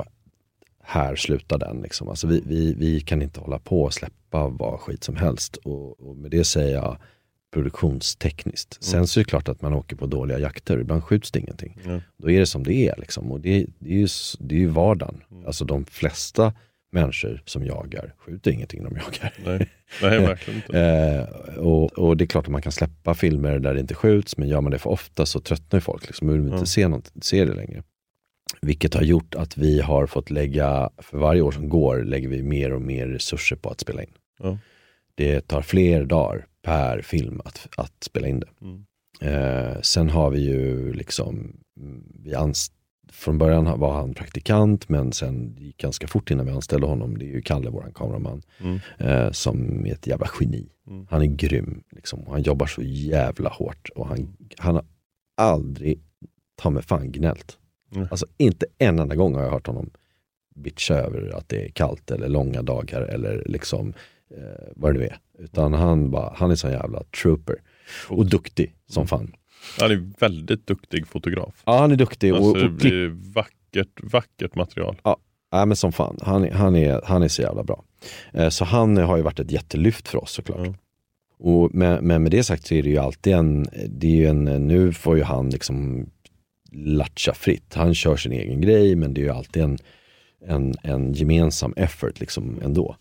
B: Här slutar den. Liksom. Alltså, vi, vi, vi kan inte hålla på och släppa vad skit som helst. Och, och med det säger jag produktionstekniskt. Sen mm. så är det klart att man åker på dåliga jakter. Ibland skjuts det ingenting. Mm. Då är det som det är. Liksom. Och det, det, är ju, det är ju vardagen. Mm. Alltså de flesta människor som jagar skjuter ingenting när de jagar.
C: Nej, Nej verkligen inte.
B: eh, och, och det är klart att man kan släppa filmer där det inte skjuts. Men gör man det för ofta så tröttnar folk. Liksom, och vill inte mm. se, något, se det längre. Vilket har gjort att vi har fått lägga, för varje år som går lägger vi mer och mer resurser på att spela in. Mm. Det tar fler dagar per film att, att spela in det. Mm. Eh, sen har vi ju liksom, vi anst- från början var han praktikant men sen gick ganska fort innan vi anställde honom. Det är ju Kalle, våran kameraman, mm. eh, som är ett jävla geni. Mm. Han är grym. Liksom. Han jobbar så jävla hårt och han, han har aldrig ta med fan gnällt. Mm. Alltså inte en enda gång har jag hört honom bitcha över att det är kallt eller långa dagar eller liksom eh, vad det är. Utan han, bara, han är så jävla trooper. Och duktig som mm. fan.
C: Han är väldigt duktig fotograf.
B: Ja, han är duktig.
C: Alltså,
B: och, och
C: det blir vackert, vackert material.
B: Ja, ja, men som fan. Han är, han är, han är så jävla bra. Eh, så han har ju varit ett jättelyft för oss såklart. Mm. Och med, men med det sagt så är det ju alltid en, det är ju en, nu får ju han liksom latcha fritt. Han kör sin egen grej, men det är ju alltid en, en, en gemensam effort liksom ändå.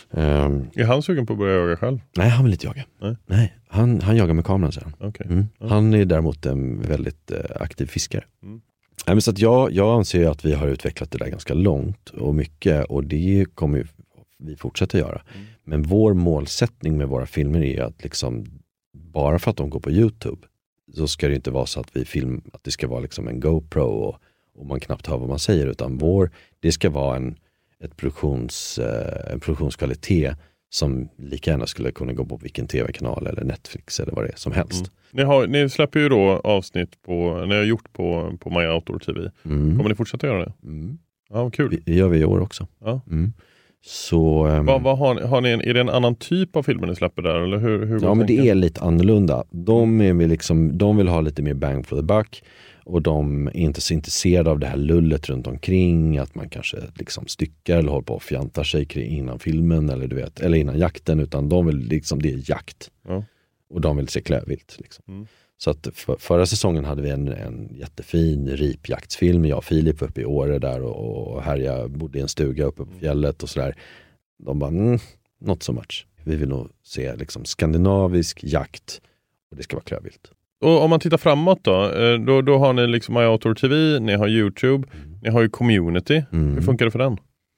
B: Um,
C: är han sugen på att börja jaga själv?
B: Nej, han vill inte jaga. Nej, nej han, han jagar med kameran sen.
C: Okay.
B: Mm. Mm. Han är däremot en väldigt uh, aktiv fiskare. Mm. Nej, men så att jag, jag anser att vi har utvecklat det där ganska långt och mycket, och det kommer ju vi fortsätta göra. Mm. Men vår målsättning med våra filmer är att liksom, bara för att de går på YouTube så ska det inte vara så att vi film, att det ska vara liksom en GoPro och, och man knappt hör vad man säger, utan vår, det ska vara en, ett produktions, eh, en produktionskvalitet som lika gärna skulle kunna gå på vilken tv-kanal eller Netflix eller vad det är som helst.
C: Mm. Ni, har, ni släpper ju då avsnitt på, ni har gjort på, på My Outdoor T V. Mm. Kommer ni fortsätta göra det?
B: Mm.
C: Ja, kul.
B: Det gör vi i år också.
C: Ja.
B: Mm. Så, um,
C: vad, vad har, har ni en, är det en annan typ av filmer ni släpper där? Eller hur, hur
B: ja, men det är lite annorlunda. De, är liksom, de vill ha lite mer bang for the buck. Och de är inte så intresserade av det här lullet runt omkring. Att man kanske liksom styckar eller håller på och fjantar sig kring innan filmen. Eller, du vet, eller innan jakten. Utan de vill liksom, det är jakt.
C: Ja.
B: Och de vill se klövvilt. Liksom.
C: Mm.
B: Så att för, förra säsongen hade vi en, en jättefin ripjaktsfilm. Jag och Filip uppe i Åre där. Och, och här jag bodde i en stuga uppe på fjället och sådär. De bara, mm, not so much. Vi vill nog se liksom skandinavisk jakt. Och det ska vara klövvilt.
C: Och om man tittar framåt då, då, då har ni liksom iOutdoor T V, ni har YouTube, mm. ni har ju community. Mm. Hur funkar det för den?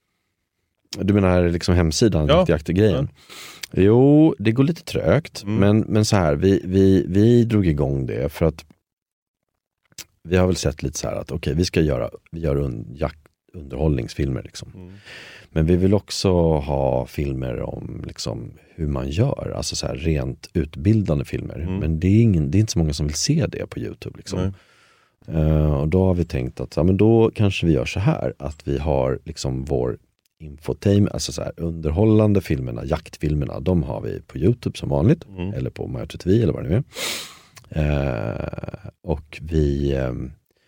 B: Du menar liksom hemsidan,
C: ja.
B: jaktgrejen? Ja. Jo, det går lite trögt. Mm. Men, men så här, vi, vi, vi drog igång det för att vi har väl sett lite så här att okej, okay, vi ska göra, vi gör un, jakt, underhållningsfilmer liksom. Mm. Men vi vill också ha filmer om liksom hur man gör, alltså så här rent utbildande filmer. Mm. Men det är, ingen, det är inte så många som vill se det på YouTube liksom. Uh, och då har vi tänkt att ja, men då kanske vi gör så här, att vi har liksom vår infotainment, alltså så här underhållande filmerna, jaktfilmerna, de har vi på YouTube som vanligt, mm. eller på iOutdoor T V eller vad det nu är. Uh, och vi um,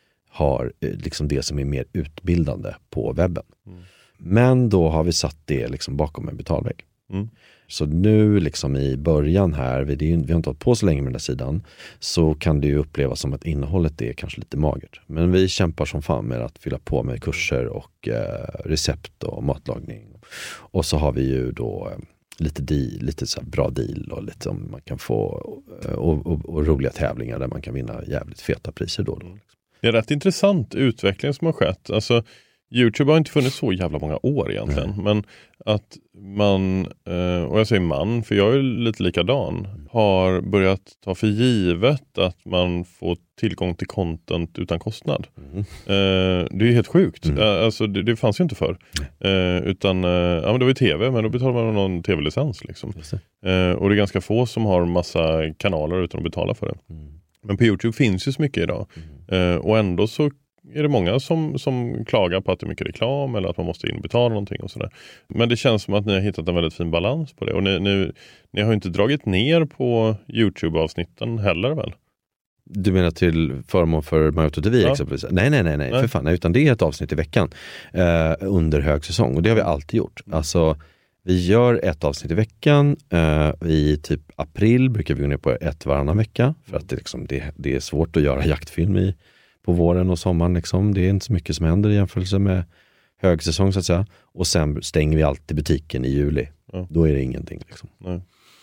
B: har liksom det som är mer utbildande på webben. Mm. Men då har vi satt det liksom bakom en betalvägg. Mm. Så nu liksom i början här, vi, det är, vi har inte hållit på så länge med den där sidan, så kan det ju upplevas som att innehållet är kanske lite magert. Men vi kämpar som fan med att fylla på med kurser och eh, recept och matlagning. Och så har vi ju då eh, lite, deal, lite så här bra deal och lite om man kan få och, och, och roliga tävlingar där man kan vinna jävligt feta priser då. då.
C: Det är rätt intressant utveckling som har skett. Alltså YouTube har inte funnits så jävla många år egentligen. Mm. Men att man, och jag säger man, för jag är lite likadan, har börjat ta för givet att man får tillgång till content utan kostnad. Mm. Det är helt sjukt. Mm. Alltså, det, det fanns ju inte förr. Mm. Utan, ja men det var ju tv, men då betalar man någon tv-licens liksom. Och det är ganska få som har massa kanaler utan att betala för det. Mm. Men på YouTube finns ju så mycket idag. Mm. Och ändå så är det många som, som klagar på att det är mycket reklam eller att man måste in och betala någonting och sådär. Men det känns som att ni har hittat en väldigt fin balans på det. Och ni, ni, ni har inte dragit ner på YouTube-avsnitten heller väl?
B: Du menar till förmån för iOutdoor T V ja. exempelvis? Nej, nej, nej, nej, nej. För fan. Utan det är ett avsnitt i veckan eh, under högsäsong. Och det har vi alltid gjort. Mm. Alltså, vi gör ett avsnitt i veckan. Eh, I typ april brukar vi gå ner på ett varannan vecka. För att det, liksom, det, det är svårt att göra jaktfilm i på våren och sommaren liksom. Det är inte så mycket som händer i jämförelse med högsäsong så att säga. Och sen stänger vi alltid butiken i juli. Ja. Då är det ingenting liksom. Nej.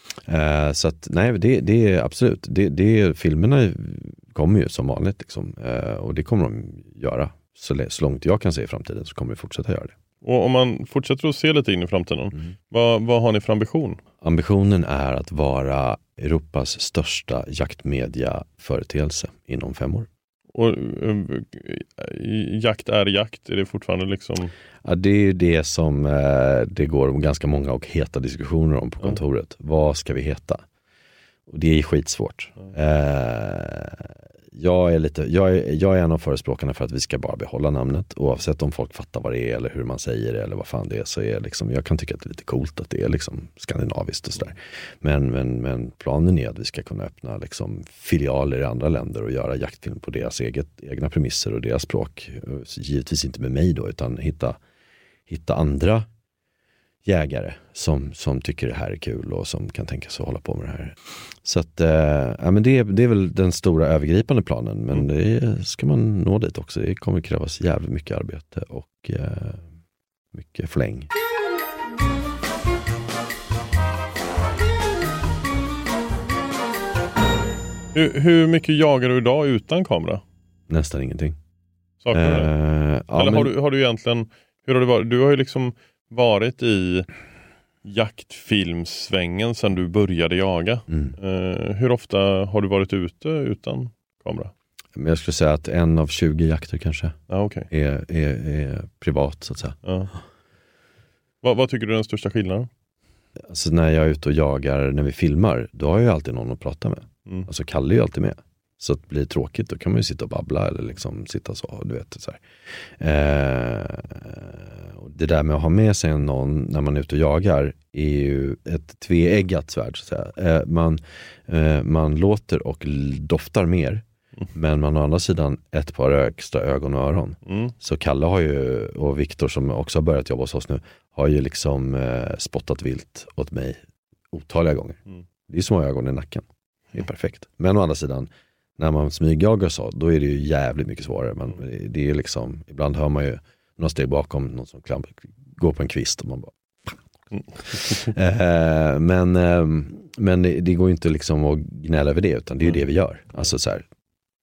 B: Uh, så att nej, det, det är absolut. Det, det, filmerna kommer ju som vanligt liksom. Uh, och det kommer de göra. Så, så långt jag kan se i framtiden så kommer vi fortsätta göra det.
C: Och om man fortsätter att se lite in i framtiden, mm. vad, vad har ni för ambition?
B: Ambitionen är att vara Europas största jaktmedia-företeelse inom fem år.
C: Och äh, jakt är jakt, är det fortfarande liksom?
B: Ja, det är ju det som äh, det går ganska många och heta diskussioner om på kontoret. Mm. Vad ska vi heta? Och det är skitsvårt. Mm. Äh, jag, är lite, jag, är, jag är en av förespråkarna för att vi ska bara behålla namnet. Oavsett om folk fattar vad det är eller hur man säger det eller vad fan det är. Så är liksom, jag kan tycka att det är lite coolt att det är liksom skandinaviskt och sådär. Men, men, men planen är att vi ska kunna öppna liksom filialer i andra länder och göra jaktfilm på deras eget, egna premisser och deras språk. Givetvis inte med mig då, utan hitta, hitta andra jägare som, som tycker det här är kul och som kan tänka sig att hålla på med det här. Så att, äh, ja, men det, det är väl den stora övergripande planen, men mm. det ska man nå dit också. Det kommer krävas jävligt mycket arbete och äh, mycket fläng.
C: Hur, hur mycket jagar du idag utan kamera?
B: Nästan ingenting.
C: Saknar du det?
B: Äh, ja,
C: Eller
B: men...
C: har, du, har du egentligen, hur har det varit? Du har ju liksom varit i jaktfilmsvängen sedan du började jaga. Mm. Uh, hur ofta har du varit ute utan kamera?
B: Jag skulle säga att en av tjugo jakter kanske
C: ah, okay.
B: är, är, är privat så att säga.
C: Uh. Vad, vad tycker du är den största skillnaden?
B: Alltså när jag är ute och jagar, när vi filmar, då har jag ju alltid någon att prata med. Mm. Alltså Kalle är ju alltid med. Så att det blir tråkigt, då kan man ju sitta och babbla eller liksom sitta så, du vet så här. Eh, och det där med att ha med sig någon när man är ute och jagar är ju ett tveeggat svärd så att säga. Eh, man, eh, man låter och doftar mer. Mm. Men man har å andra sidan ett par extra ögon och öron. Mm. Så Kalle har ju, och Viktor som också har börjat jobba hos oss nu, har ju liksom eh, spottat vilt åt mig otaliga gånger. Mm. Det är små ögon i nacken. Det är perfekt. Men å andra sidan, när man smygjagar så, då är det ju jävligt mycket svårare. Man, det är ju liksom, ibland hör man ju några steg bakom någon som klamp, går på en kvist och man bara mm. eh, men, eh, men det, det går ju inte liksom att gnälla över det, utan det är ju mm. det vi gör. Alltså så här.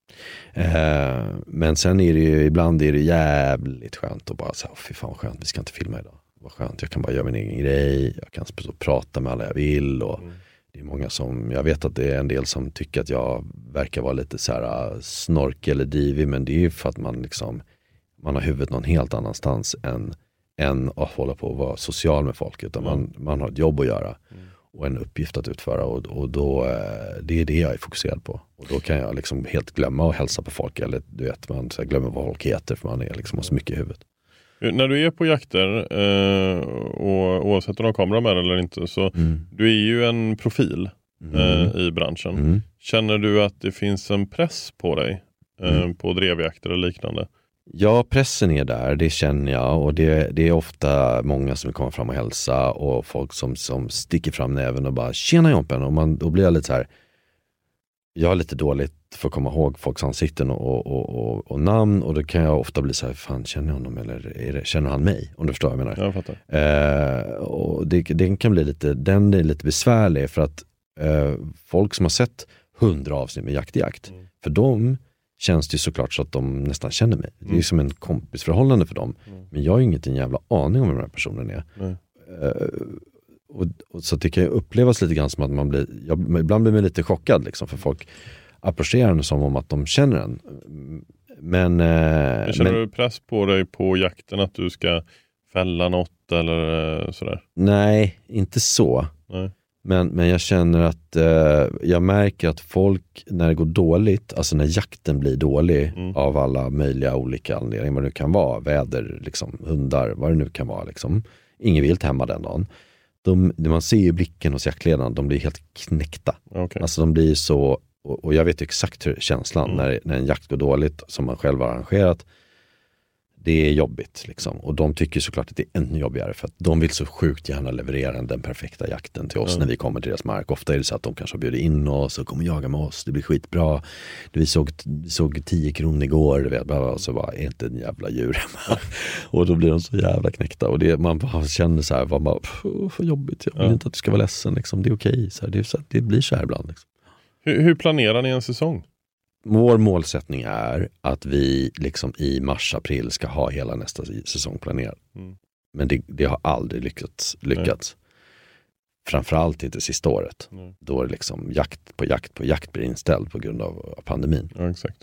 B: Eh, men sen är det ju, ibland är det jävligt skönt att bara säga, fy fan vad skönt, vi ska inte filma idag. Vad skönt, jag kan bara göra min egen grej, jag kan prata med alla jag vill och mm. det är många som, jag vet att det är en del som tycker att jag verkar vara lite så här snork eller divig, men det är ju för att man liksom, man har huvudet någon helt annanstans än, än att hålla på och vara social med folk, utan mm. man, man har ett jobb att göra mm. och en uppgift att utföra, och, och då, det är det jag är fokuserad på, och då kan jag liksom helt glömma att hälsa på folk, eller du vet, man så här, glömmer vad folk heter för man är liksom har så mycket i huvudet.
C: När du är på jakter eh, och oavsett om de kommer med eller inte, så mm. du är ju en profil mm. eh, i branschen. Mm. Känner du att det finns en press på dig eh, mm. på drevjakter och liknande?
B: Ja, pressen är där, det känner jag, och det, det är ofta många som kommer fram och hälsa och folk som, som sticker fram näven och bara tjena Jompen, och man, då blir jag lite så här, jag är lite dåligt för att komma ihåg folks ansikten och, och, och, och namn, och då kan jag ofta bli så här, fan känner jag honom eller är det, känner han mig? Om du förstår vad jag menar.
C: Jag fattar.
B: Eh, och det, den kan bli lite, den är lite besvärlig för att eh, folk som har sett hundra avsnitt med jakt i jakt, mm. för dem känns det ju såklart så att de nästan känner mig. Mm. Det är ju som en kompisförhållande för dem. Mm. Men jag har ju inte en jävla aning om vem den här personen är. Mm. Uh, och, och så det kan ju upplevas lite grann som att man blir, jag, ibland blir man lite chockad liksom, för folk approcherar den som om att de känner den. Men, uh,
C: men känner
B: men,
C: du press på dig på jakten att du ska fälla något eller uh, sådär?
B: Nej, inte så. Nej. Men, men jag känner att eh, jag märker att folk, när det går dåligt, alltså när jakten blir dålig mm. av alla möjliga olika anledningar, vad det nu kan vara, väder, liksom, hundar, vad det nu kan vara, liksom. Ingen vill hemma den dagen. De, man ser ju blicken hos jaktledaren, de blir helt knäckta. Okay. Alltså de blir så, och, och jag vet exakt hur känslan mm. när, när en jakt går dåligt som man själv har arrangerat. Det är jobbigt liksom. Och de tycker såklart att det är ännu jobbigare, för att de vill så sjukt gärna leverera den perfekta jakten till oss mm. när vi kommer till deras mark. Ofta är det så att de kanske har bjudit in oss och kommer jaga med oss. Det blir skitbra. Vi såg, vi såg tio kronor igår, du vet, och så bara, är inte en jävla djur hemma. Och då blir de så jävla knäckta. Och det, man bara känner så här, man bara, för jobbigt. Jag vill ja. inte att du ska vara ledsen. Liksom. Det är okej. Så här, det, är så här, det blir så här ibland. Liksom.
C: Hur, hur planerar ni en säsong?
B: Vår målsättning är att vi liksom i mars-april ska ha hela nästa säsong planerad. Mm. Men det, det har aldrig lyckats. lyckats. Framförallt inte sista året. Mm. Då är det liksom jakt på jakt på jakt blir inställd på grund av pandemin.
C: Ja, exakt.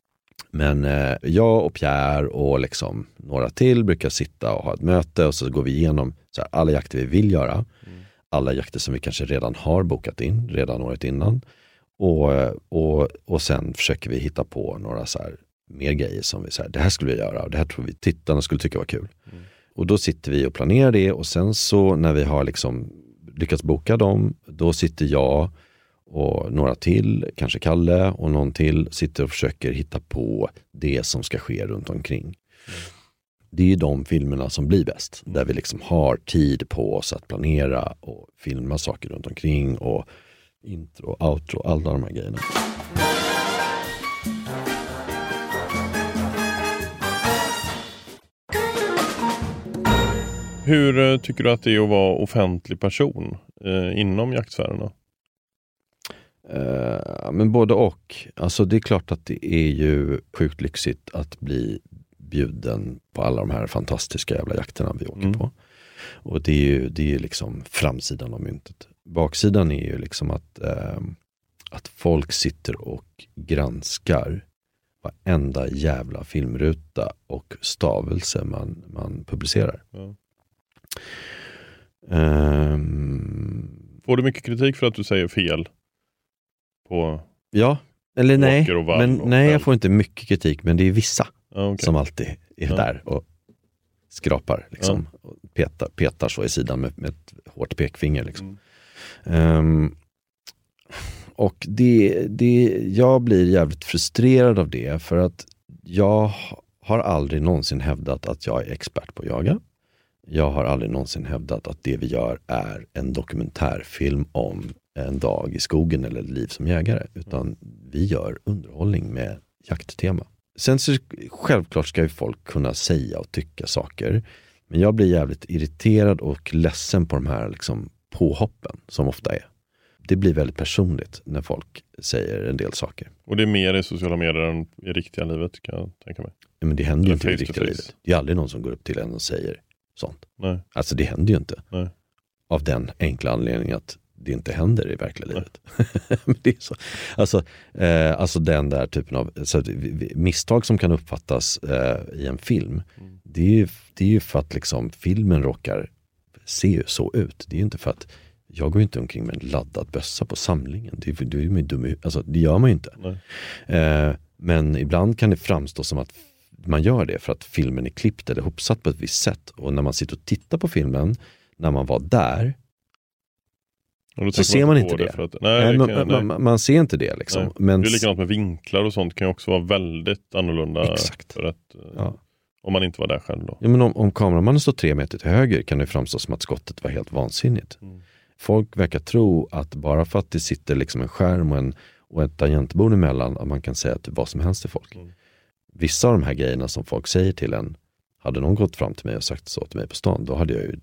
B: Men eh, jag och Pierre och liksom några till brukar sitta och ha ett möte, och så går vi igenom så här, alla jakter vi vill göra. Mm. Alla jakter som vi kanske redan har bokat in redan året innan. Och, och, och sen försöker vi hitta på några så här mer grejer som vi säger, det här skulle vi göra och det här tror vi tittarna skulle tycka var kul. Mm. Och då sitter vi och planerar det, och sen så när vi har liksom lyckats boka dem, då sitter jag och några till, kanske Kalle och någon till, sitter och försöker hitta på det som ska ske runt omkring. Mm. Det är ju de filmerna som blir bäst, mm. där vi liksom har tid på oss att planera och filma saker runt omkring och intro, outro, alla de här grejerna.
C: Hur tycker du att det är att vara offentlig person eh, inom jaktsfärerna?
B: Uh, men både och. Alltså det är klart att det är ju sjukt lyxigt att bli bjuden på alla de här fantastiska jävla jakterna vi åker mm. på. Och det är ju det är liksom framsidan av myntet. Baksidan är ju liksom att, eh, att folk sitter och granskar varenda jävla filmruta och stavelse man, man publicerar. Ja. Um,
C: Får du mycket kritik för att du säger fel? På
B: ja, eller nej. Men nej, jag får inte mycket kritik, men det är vissa ah, okay. som alltid är ja. där och skrapar liksom.
C: Ja.
B: Och petar, petar så i sidan med, med ett hårt pekfinger liksom.
C: Mm.
B: Um, och det, det, jag blir jävligt frustrerad av det, för att jag har aldrig någonsin hävdat att jag är expert på att jaga. Jag har aldrig någonsin hävdat att det vi gör är en dokumentärfilm om en dag i skogen eller ett liv som jägare. Utan vi gör underhållning med jakttema. Sen så självklart ska ju folk kunna säga och tycka saker. Men jag blir jävligt irriterad och ledsen på de här liksom påhoppen som ofta är. Det blir väldigt personligt när folk säger en del saker.
C: Och det är mer i sociala medier än i riktiga livet, kan jag tänka mig.
B: Ja, men det händer ju inte i
C: face to
B: riktiga
C: face.
B: livet. Det är aldrig någon som går upp till en och säger sånt.
C: Nej.
B: Alltså det händer ju inte.
C: Nej.
B: Av den enkla anledningen att det inte händer i verkliga livet. Men det är så. Alltså, eh, alltså den där typen av så att, misstag som kan uppfattas eh, i en film.
C: Mm.
B: Det är ju, det är ju för att liksom filmen råkar se ju så ut. Det är ju inte för att jag går inte omkring med en laddad bössa på samlingen. Det, det, är ju dum, alltså, det gör man ju inte. Eh, men ibland kan det framstå som att man gör det för att filmen är klippt eller hopsatt på ett visst sätt. Och när man sitter och tittar på filmen, när man var där, så ser man inte det.
C: det att, nej,
B: nej,
C: det kan,
B: man, man, man ser inte det liksom. Men,
C: det är likadant med vinklar och sånt, kan ju också vara väldigt annorlunda.
B: Exakt.
C: För att,
B: ja.
C: Om man inte var där själv då.
B: Ja, men om, om kameramannen står tre meter till höger kan det framstå som att skottet var helt vansinnigt.
C: Mm.
B: Folk verkar tro att bara för att det sitter liksom en skärm och, en, och ett tangentbord emellan, att man kan säga att vad som helst till folk.
C: Mm.
B: Vissa av de här grejerna som folk säger till en, hade någon gått fram till mig och sagt så till mig på stan, då hade jag ju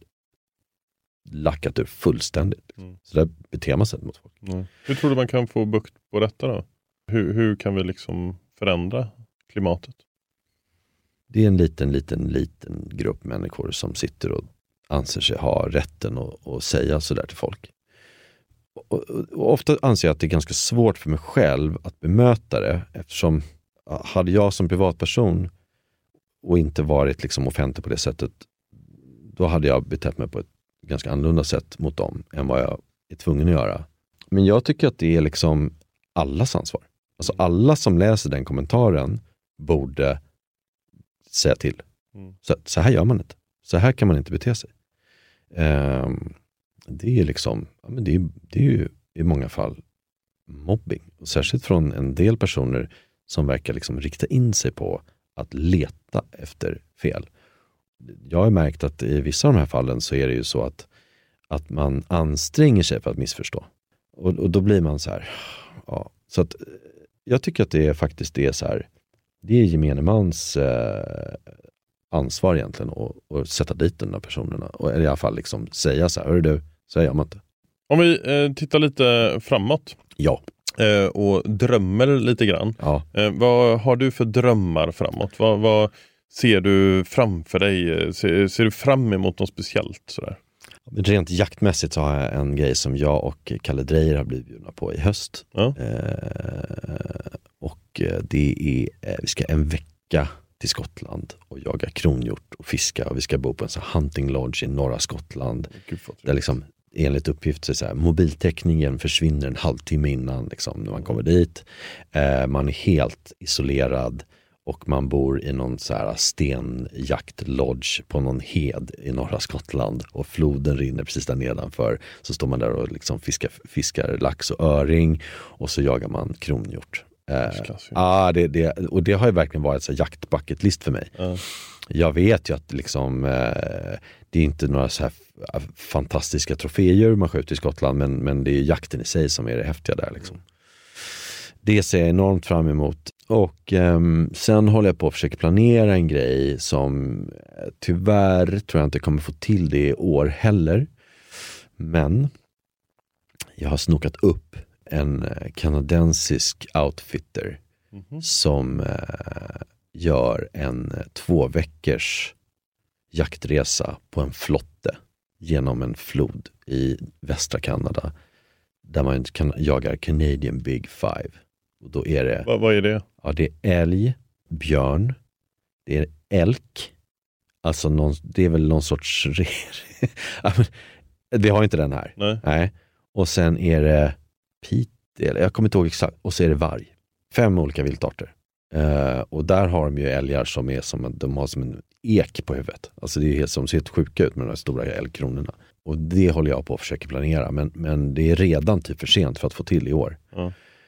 B: lackat ur fullständigt.
C: Mm.
B: Så där beter man sig mot folk.
C: Mm. Hur tror du man kan få bukt på detta då? Hur, hur kan vi liksom förändra klimatet?
B: Det är en liten, liten, liten grupp människor som sitter och anser sig ha rätten att, att säga sådär till folk. Och, och, och ofta anser jag att det är ganska svårt för mig själv att bemöta det, eftersom hade jag som privatperson och inte varit liksom offentlig på det sättet, då hade jag betett mig på ett ganska annorlunda sätt mot dem än vad jag är tvungen att göra. Men jag tycker att det är liksom allas ansvar. Alltså alla som läser den kommentaren borde säga till.
C: Mm. Så,
B: så här gör man inte. Så här kan man inte bete sig. Um, det är liksom, ja, men det är, det är ju i många fall mobbing. Och särskilt från en del personer som verkar liksom rikta in sig på att leta efter fel. Jag har märkt att i vissa av de här fallen så är det ju så att, att man anstränger sig för att missförstå. Och, och då blir man så här, ja. Så att jag tycker att det är faktiskt det är så här, det är gemene mans eh, ansvar egentligen att, att sätta dit de där personerna. Och i alla fall liksom säga så här, hör du, så gör man inte.
C: Om vi eh, tittar lite framåt.
B: Ja.
C: Eh, och drömmer lite grann.
B: Ja.
C: Eh, vad har du för drömmar framåt? Vad, vad ser du framför dig? Ser, ser du fram emot något speciellt sådär?
B: Rent jaktmässigt så har jag en grej som jag och Kalle Dreyer har blivit bjudna på i höst.
C: Ja.
B: Eh, och det är, eh, vi ska en vecka till Skottland och jaga kronhjort och fiska. Och vi ska bo på en sån hunting lodge i norra Skottland.
C: Gud,
B: där liksom enligt uppgift så är så här, mobiltäckningen försvinner en halvtimme innan liksom, när man kommer dit. Eh, man är helt isolerad. Och man bor i någon så här stenjaktlodge på någon hed i norra Skottland. Och floden rinner precis där nedanför. Så står man där och liksom fiskar, fiskar lax och öring. Och så jagar man kronhjort. Eh, ah, det, det, och det har ju verkligen varit så jaktbucketlist för mig.
C: Mm.
B: Jag vet ju att liksom, eh, det är inte några så här fantastiska troféer man skjuter i Skottland. Men, men det är jakten i sig som är det häftiga där liksom. Mm. Det ser jag enormt fram emot. Och eh, sen håller jag på att försöka planera en grej som eh, tyvärr tror jag inte kommer få till det i år heller. Men jag har snokat upp en eh, kanadensisk outfitter mm-hmm. som eh, gör en eh, två veckors jaktresa på en flotte genom en flod i västra Kanada där man kan jagar Canadian Big Five. Och då är det,
C: Va, vad är det?
B: Ja, det är älg, björn, det är elk. Alltså någon, det är väl någon sorts det har inte den här.
C: Nej.
B: Nej. Och sen är det pit, eller jag kommer inte ihåg exakt, och så är det varg. Fem olika viltarter. Uh, och där har de ju älgar som är som, de har som en ek på huvudet. Alltså det är helt som ser helt sjuka ut med de här stora älgkronorna. Och det håller jag på att försöka planera. Men, men det är redan typ för sent för att få till i år.
C: Mm.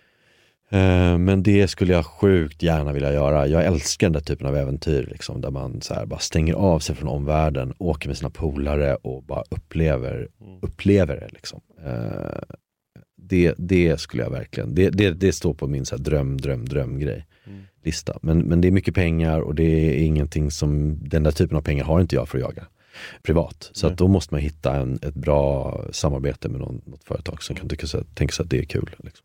B: Uh, men det skulle jag sjukt gärna vilja göra. Jag älskar den där typen av äventyr. Liksom, där man så här bara stänger av sig från omvärlden. Åker med sina polare och bara upplever, mm. upplever det. Liksom. Uh, det, det skulle jag verkligen... Det, det, det står på min så här dröm, dröm, dröm grej. Mm. Lista. Men, men det är mycket pengar och det är ingenting som... Den där typen av pengar har inte jag för att jaga privat. Så att då måste man hitta en, ett bra samarbete med någon, något företag som kan tycka så, tänka sig att det är kul. Liksom.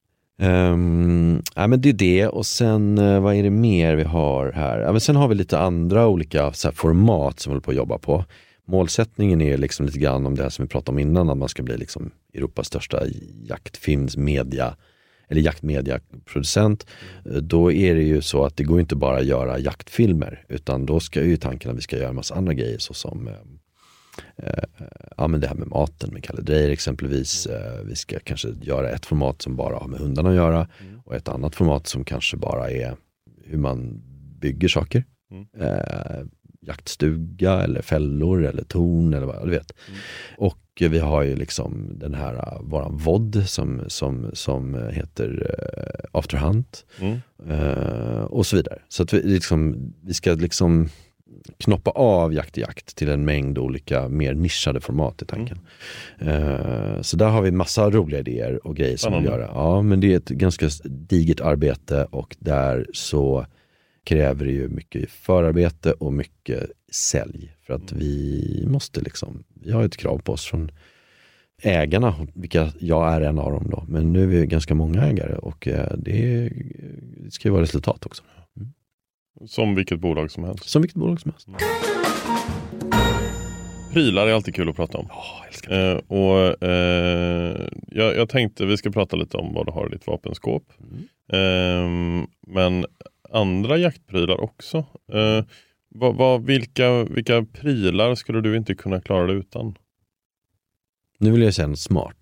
B: Um, ja, men det är det. Och sen, uh, vad är det mer vi har här? Ja, men sen har vi lite andra olika så här, format som vi håller på att jobba på. Målsättningen är liksom lite grann om det här som vi pratade om innan, att man ska bli liksom Europas största jaktfilmsmedia eller jaktmediaproducent. Mm. Då är det ju så att det går inte bara att göra jaktfilmer, utan då ska ju tanken att vi ska göra en massa andra grejer, så som eh, ja, men det här med maten med Kalle Dreyer exempelvis. Mm. Eh, vi ska kanske göra ett format som bara har med hundarna att göra, mm. och ett annat format som kanske bara är hur man bygger saker. Mm. Eh, jaktstuga eller fällor eller torn eller vad du vet. Mm. Och vi har ju liksom den här våran V O D som, som, som heter uh, After Hunt. Mm. Uh, och så vidare. Så att vi, liksom, vi ska liksom knoppa av jakt i jakt till en mängd olika mer nischade format i tanken. Mm. Uh, så där har vi massa roliga idéer och grejer som vi gör. Ja, men det är ett ganska digert arbete, och där så kräver det ju mycket förarbete och mycket sälj. För att vi måste liksom, vi har ett krav på oss från ägarna, vilka jag är en av dem då. Men nu är vi ganska många ägare, och det, det ska ju vara resultat också. Mm.
C: Som vilket bolag som helst.
B: Som vilket bolag som helst. Mm.
C: Prylar är alltid kul att prata om.
B: Oh, jag älskar det.
C: Eh, och eh, jag, jag tänkte vi ska prata lite om vad du har i ditt vapenskåp. Mm. Eh, men andra jaktprylar också. Eh, vad, vad, vilka, vilka prylar skulle du inte kunna klara dig utan?
B: Nu vill jag säga något smart.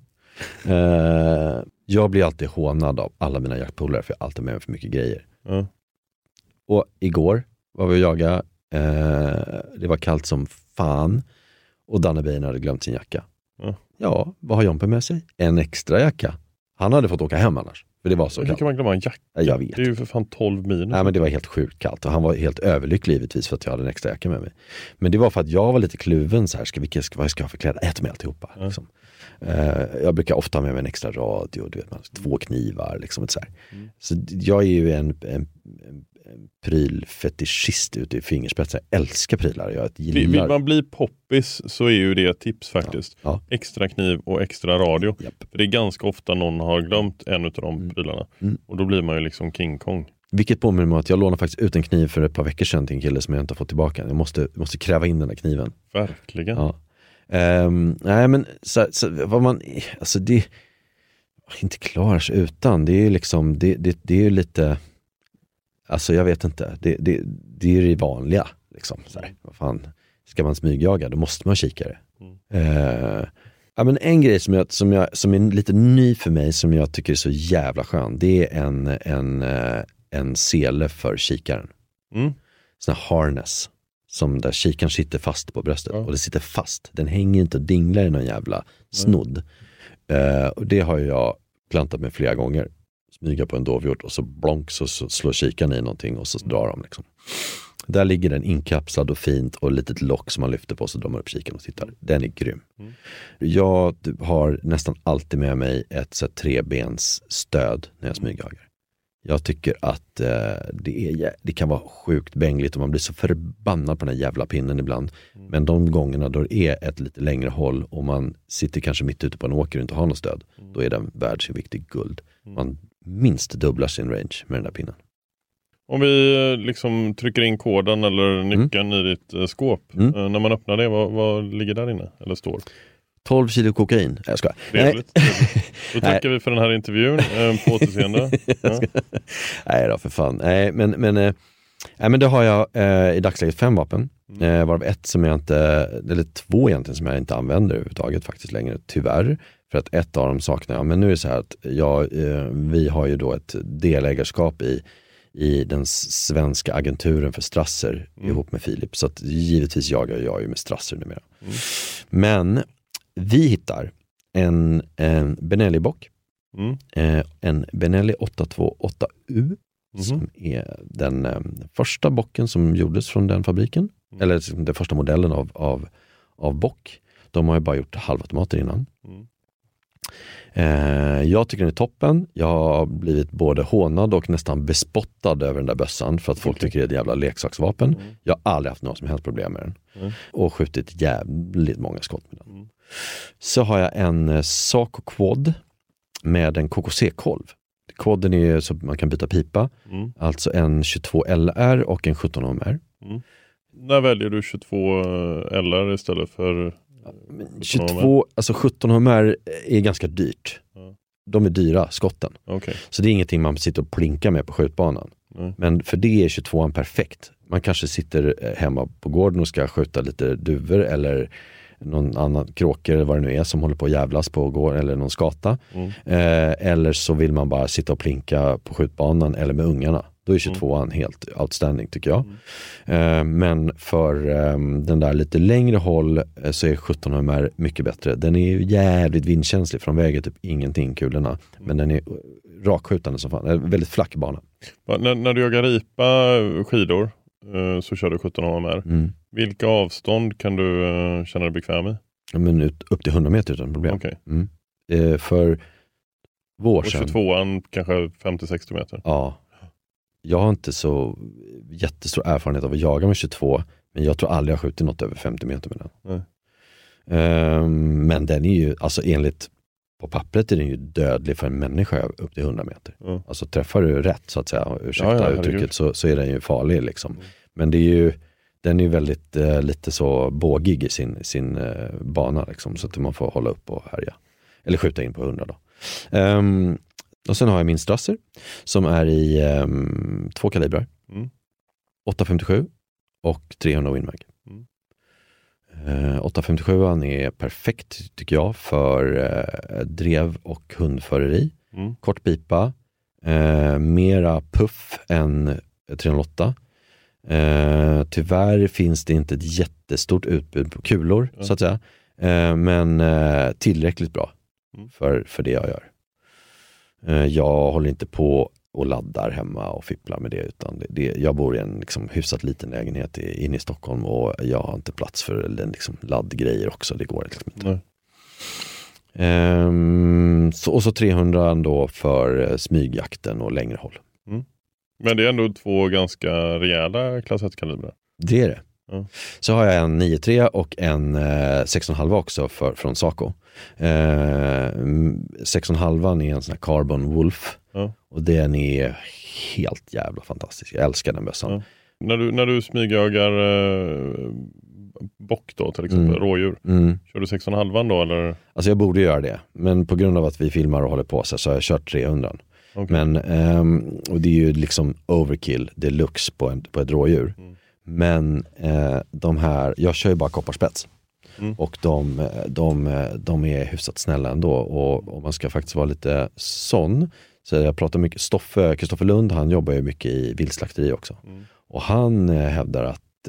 B: Eh, jag blir alltid hånad av alla mina jaktpolare, för jag alltid med mig för mycket grejer. Mm. Och igår var vi och jagade. Eh, det var kallt som fan. Och Danne Bein hade glömt sin jacka. Mm. Ja, vad har Jompe med sig? En extra jacka. Han hade fått åka hem annars. För det var så
C: Hur
B: kallt.
C: kan man glömma en jacka?
B: Jag vet.
C: Det är ju för fan tolv minus.
B: Nej, men det var helt sjukt kallt. Och han var helt överlycklig givetvis för att jag hade en extra jacka med mig. Men det var för att jag var lite kluven så här. Ska, vilka, ska, vad ska jag ha för kläder? Ät med alltihopa. Mm. Liksom. Uh, jag brukar ofta ha med mig en extra radio. Du vet, man, två knivar. Liksom, så här. Mm. Så jag är ju en, en, en, en prylfetischist ute i fingerspetsar. Jag älskar prylar. Jag gillar...
C: Vill man bli poppis så är ju det ett tips faktiskt.
B: Ja. Ja.
C: Extra kniv och extra radio.
B: Japp.
C: För det är ganska ofta någon har glömt en av de mm. prylarna. Mm. Och då blir man ju liksom King Kong.
B: Vilket påminner mig att jag lånade faktiskt ut en kniv för ett par veckor sedan till en kille som jag inte har fått tillbaka. Jag måste, måste kräva in den där kniven.
C: Verkligen.
B: Ja. Um, nej men så, så, vad man, alltså det inte klarar sig utan, det är liksom det, det, det är ju lite, alltså jag vet inte, det, det, det är ju det vanliga liksom, så här, vad fan, ska man smygjaga då måste man kika det. Mm. Uh, ja, men en grej som, jag, som, jag, som är lite ny för mig, som jag tycker är så jävla skön, det är en, en, en sele för kikaren. Mm. Sån här harness. Som där kikaren sitter fast på bröstet. Ja. Och det sitter fast. Den hänger inte och dinglar i någon jävla snodd. Uh, och det har jag plantat med flera gånger. Smyga på en dovhjort och så blonk så, så slår kikaren i någonting och så mm. drar de liksom. Där ligger den inkapslad och fint och ett litet lock som man lyfter på, så drar man upp kikaren och tittar. Den är grym. Mm. Jag har nästan alltid med mig ett så här, trebens stöd när jag smygjagar. Jag tycker att eh, det, är, det kan vara sjukt bängligt och man blir så förbannad på den här jävla pinnen ibland. Mm. Men de gångerna då det är ett lite längre håll och man sitter kanske mitt ute på en åker och inte har något stöd, mm. då är den värd så viktig guld. Mm. Man minst dubblar sin range med den där pinnen.
C: Om vi liksom trycker in koden eller nyckeln mm. i ditt eh, skåp, mm. eh, när man öppnar det, vad, vad ligger där inne eller står?
B: tolv kilo kokain. Jag ska.
C: Trevligt. Då tackar vi för den här intervjun. Eh, på återseende. Ja.
B: Nej då, för fan. Nej, men, men, eh, nej, men det har jag eh, i dagsläget fem vapen. Mm. Eh, varav ett som jag inte, eller två egentligen som jag inte använder överhuvudtaget faktiskt längre, tyvärr. För att ett av dem saknar jag. Men nu är det så här att jag, eh, vi har ju då ett delägarskap i, i den svenska agenturen för strasser mm. ihop med Filip. Så att givetvis jagar jag ju med strasser numera. Mm. Men vi hittar en, en Benelli-bock. Mm. Eh, en Benelli åtta två åtta U mm. som är den eh, första bocken som gjordes från den fabriken. Mm. Eller den första modellen av, av, av bock. De har ju bara gjort halvautomater innan. Mm. Eh, jag tycker den är toppen. Jag har blivit både hånad och nästan bespottad över den där bössan för att folk okay. tycker det är ett jävla leksaksvapen. Mm. Jag har aldrig haft några som helst problem med den. Mm. Och skjutit jävligt många skott med den. Mm. Så har jag en eh, Saco Quad med en K K C-kolv. Quaden är så man kan byta pipa. Mm. Alltså en tjugotvå L R och en sjutton H M R. Mm.
C: När väljer du tjugotvå L R istället för
B: tjugotvå, alltså sjutton H M R är ganska dyrt. Ja. De är dyra, skotten.
C: Okay.
B: Så det är ingenting man sitter och plinkar med på skjutbanan. Mm. Men för det är tjugotvåan perfekt. Man kanske sitter hemma på gården och ska skjuta lite duvor eller någon annan kråkor eller vad det nu är som håller på att jävlas på gården eller någon skata. Mm. Eh, eller så vill man bara sitta och plinka på skjutbanan eller med ungarna. Då är tjugotvåan mm. helt outstanding tycker jag. Mm. Eh, men för eh, den där lite längre håll eh, så är sjutton H M R mycket bättre. Den är ju jävligt vindkänslig för de väger typ ingenting kulorna. Mm. Men den är rakskjutande som fan. Eh, väldigt flack bana.
C: Ja, när, när du jagar ripa skidor eh, så kör du sjutton H M R. Mm. Vilka avstånd kan du eh, känna dig bekväm i?
B: Ja, men ut, upp till hundra meter utan problem.
C: Okay.
B: Mm. Eh, för vår sedan.
C: Och tjugotvåan kanske femtio till sextio meter.
B: Ja. Jag har inte så jättestor erfarenhet av att jaga med tjugotvå. Men jag tror aldrig jag har skjutit något över femtio meter med den. Um, men den är ju, alltså enligt på pappret är den ju dödlig för en människa upp till hundra meter. Mm. Alltså träffar du rätt så att säga, ursäkta ja, ja, uttrycket, så, så är den ju farlig liksom. Mm. Men det är ju, den är ju väldigt eh, lite så bågig i sin, sin eh, bana liksom, så att man får hålla upp och härja. Eller skjuta in på hundra då. Um, Och sen har jag min Strasser som är i um, två kalibrar. Mm. åtta femtiosju och trehundra Winmag. Mm. Uh, åtta femtiosju är perfekt tycker jag för uh, drev och hundföreri. Mm. Kort pipa. Uh, mera puff än trehundraåtta. Uh, tyvärr finns det inte ett jättestort utbud på kulor mm. så att säga. Uh, men uh, tillräckligt bra mm. för, för det jag gör. Jag håller inte på och laddar hemma och fipplar med det utan det, det, jag bor i en liksom hyfsat liten lägenhet i, inne i Stockholm och jag har inte plats för den liksom laddgrejer också, det går liksom inte. Um, så, och så trehundra ändå för smygjakten och längre håll.
C: Mm. Men det är ändå två ganska rejäla klass ett-kalibrar.
B: Det är det. Mm. Så har jag en nio tre och en eh, sexton komma fem också för, från Saco. Eh, sexton komma fem är en sån här Carbon Wolf. Mm. Och den är helt jävla fantastisk. Jag älskar den bössan. Mm.
C: När du, när du smygjagar eh, bock då till exempel, mm. rådjur. Mm. Kör du sexton komma fem då eller?
B: Alltså jag borde göra det. Men på grund av att vi filmar och håller på så, så har jag kört trehundra. Okay. Men ehm, och det är ju liksom overkill deluxe på, en, på ett rådjur. Mm. Men eh, de här, jag kör ju bara kopparspets. Mm. Och de, de, de är hyfsat snälla ändå. Och, och man ska faktiskt vara lite sån. Så jag pratar mycket, Stoffe, Kristoffer Lund, han jobbar ju mycket i viltslakteri också. Mm. Och han eh, hävdar att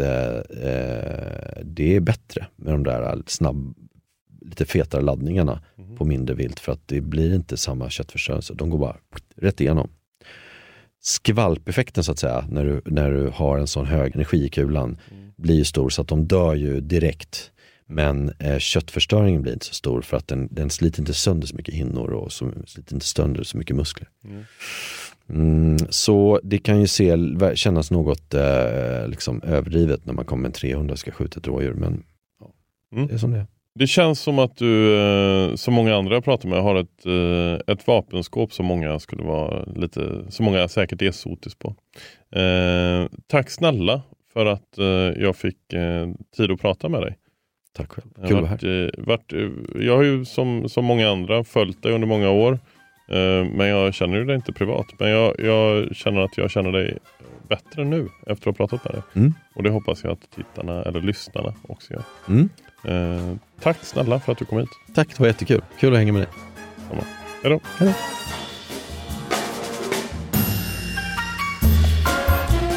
B: eh, det är bättre med de där snabb, lite fetare laddningarna mm. på mindre vilt. För att det blir inte samma köttförstörelse. De går bara rätt igenom. Skvalpeffekten så att säga när du, när du har en sån hög energi i kulan mm. blir ju stor så att de dör ju direkt, men eh, köttförstöringen blir inte så stor för att den, den sliter inte sönder så mycket hinnor och så, sliter inte sönder så mycket muskler. Mm. Mm, så det kan ju se, kännas något eh, liksom överdrivet när man kommer med trehundra och ska skjuta ett rådjur, men ja, mm. det är som det är.
C: Det känns som att du, som många andra jag pratar med, har ett, ett vapenskåp som många skulle vara lite, som många säkert är sotis på. Eh, tack snälla för att eh, jag fick eh, tid att prata med dig.
B: Tack själv. Kul att vara
C: varit, jag har ju som, som många andra följt dig under många år. Eh, men jag känner ju dig inte privat. Men jag, jag känner att jag känner dig bättre nu efter att ha pratat med dig. Mm. Och det hoppas jag att tittarna eller lyssnarna också gör. Mm. Eh, tack snälla för att du kom hit.
B: Tack, det var jättekul. Kul att hänga med dig.
C: Hej då.
B: Hej då.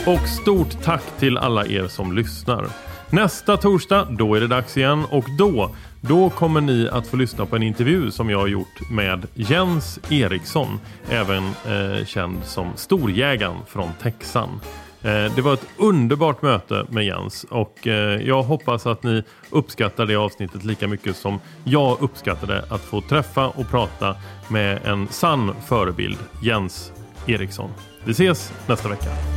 C: Och stort tack till alla er som lyssnar. Nästa torsdag, då är det dags igen. Och då, då kommer ni att få lyssna på en intervju som jag har gjort med Jens Eriksson. Även eh, känd som Storjägaren från Texan. Eh, det var ett underbart möte med Jens. Och eh, jag hoppas att ni uppskattar det avsnittet lika mycket som jag uppskattade att få träffa och prata med en sann förebild, Jens Eriksson. Vi ses nästa vecka.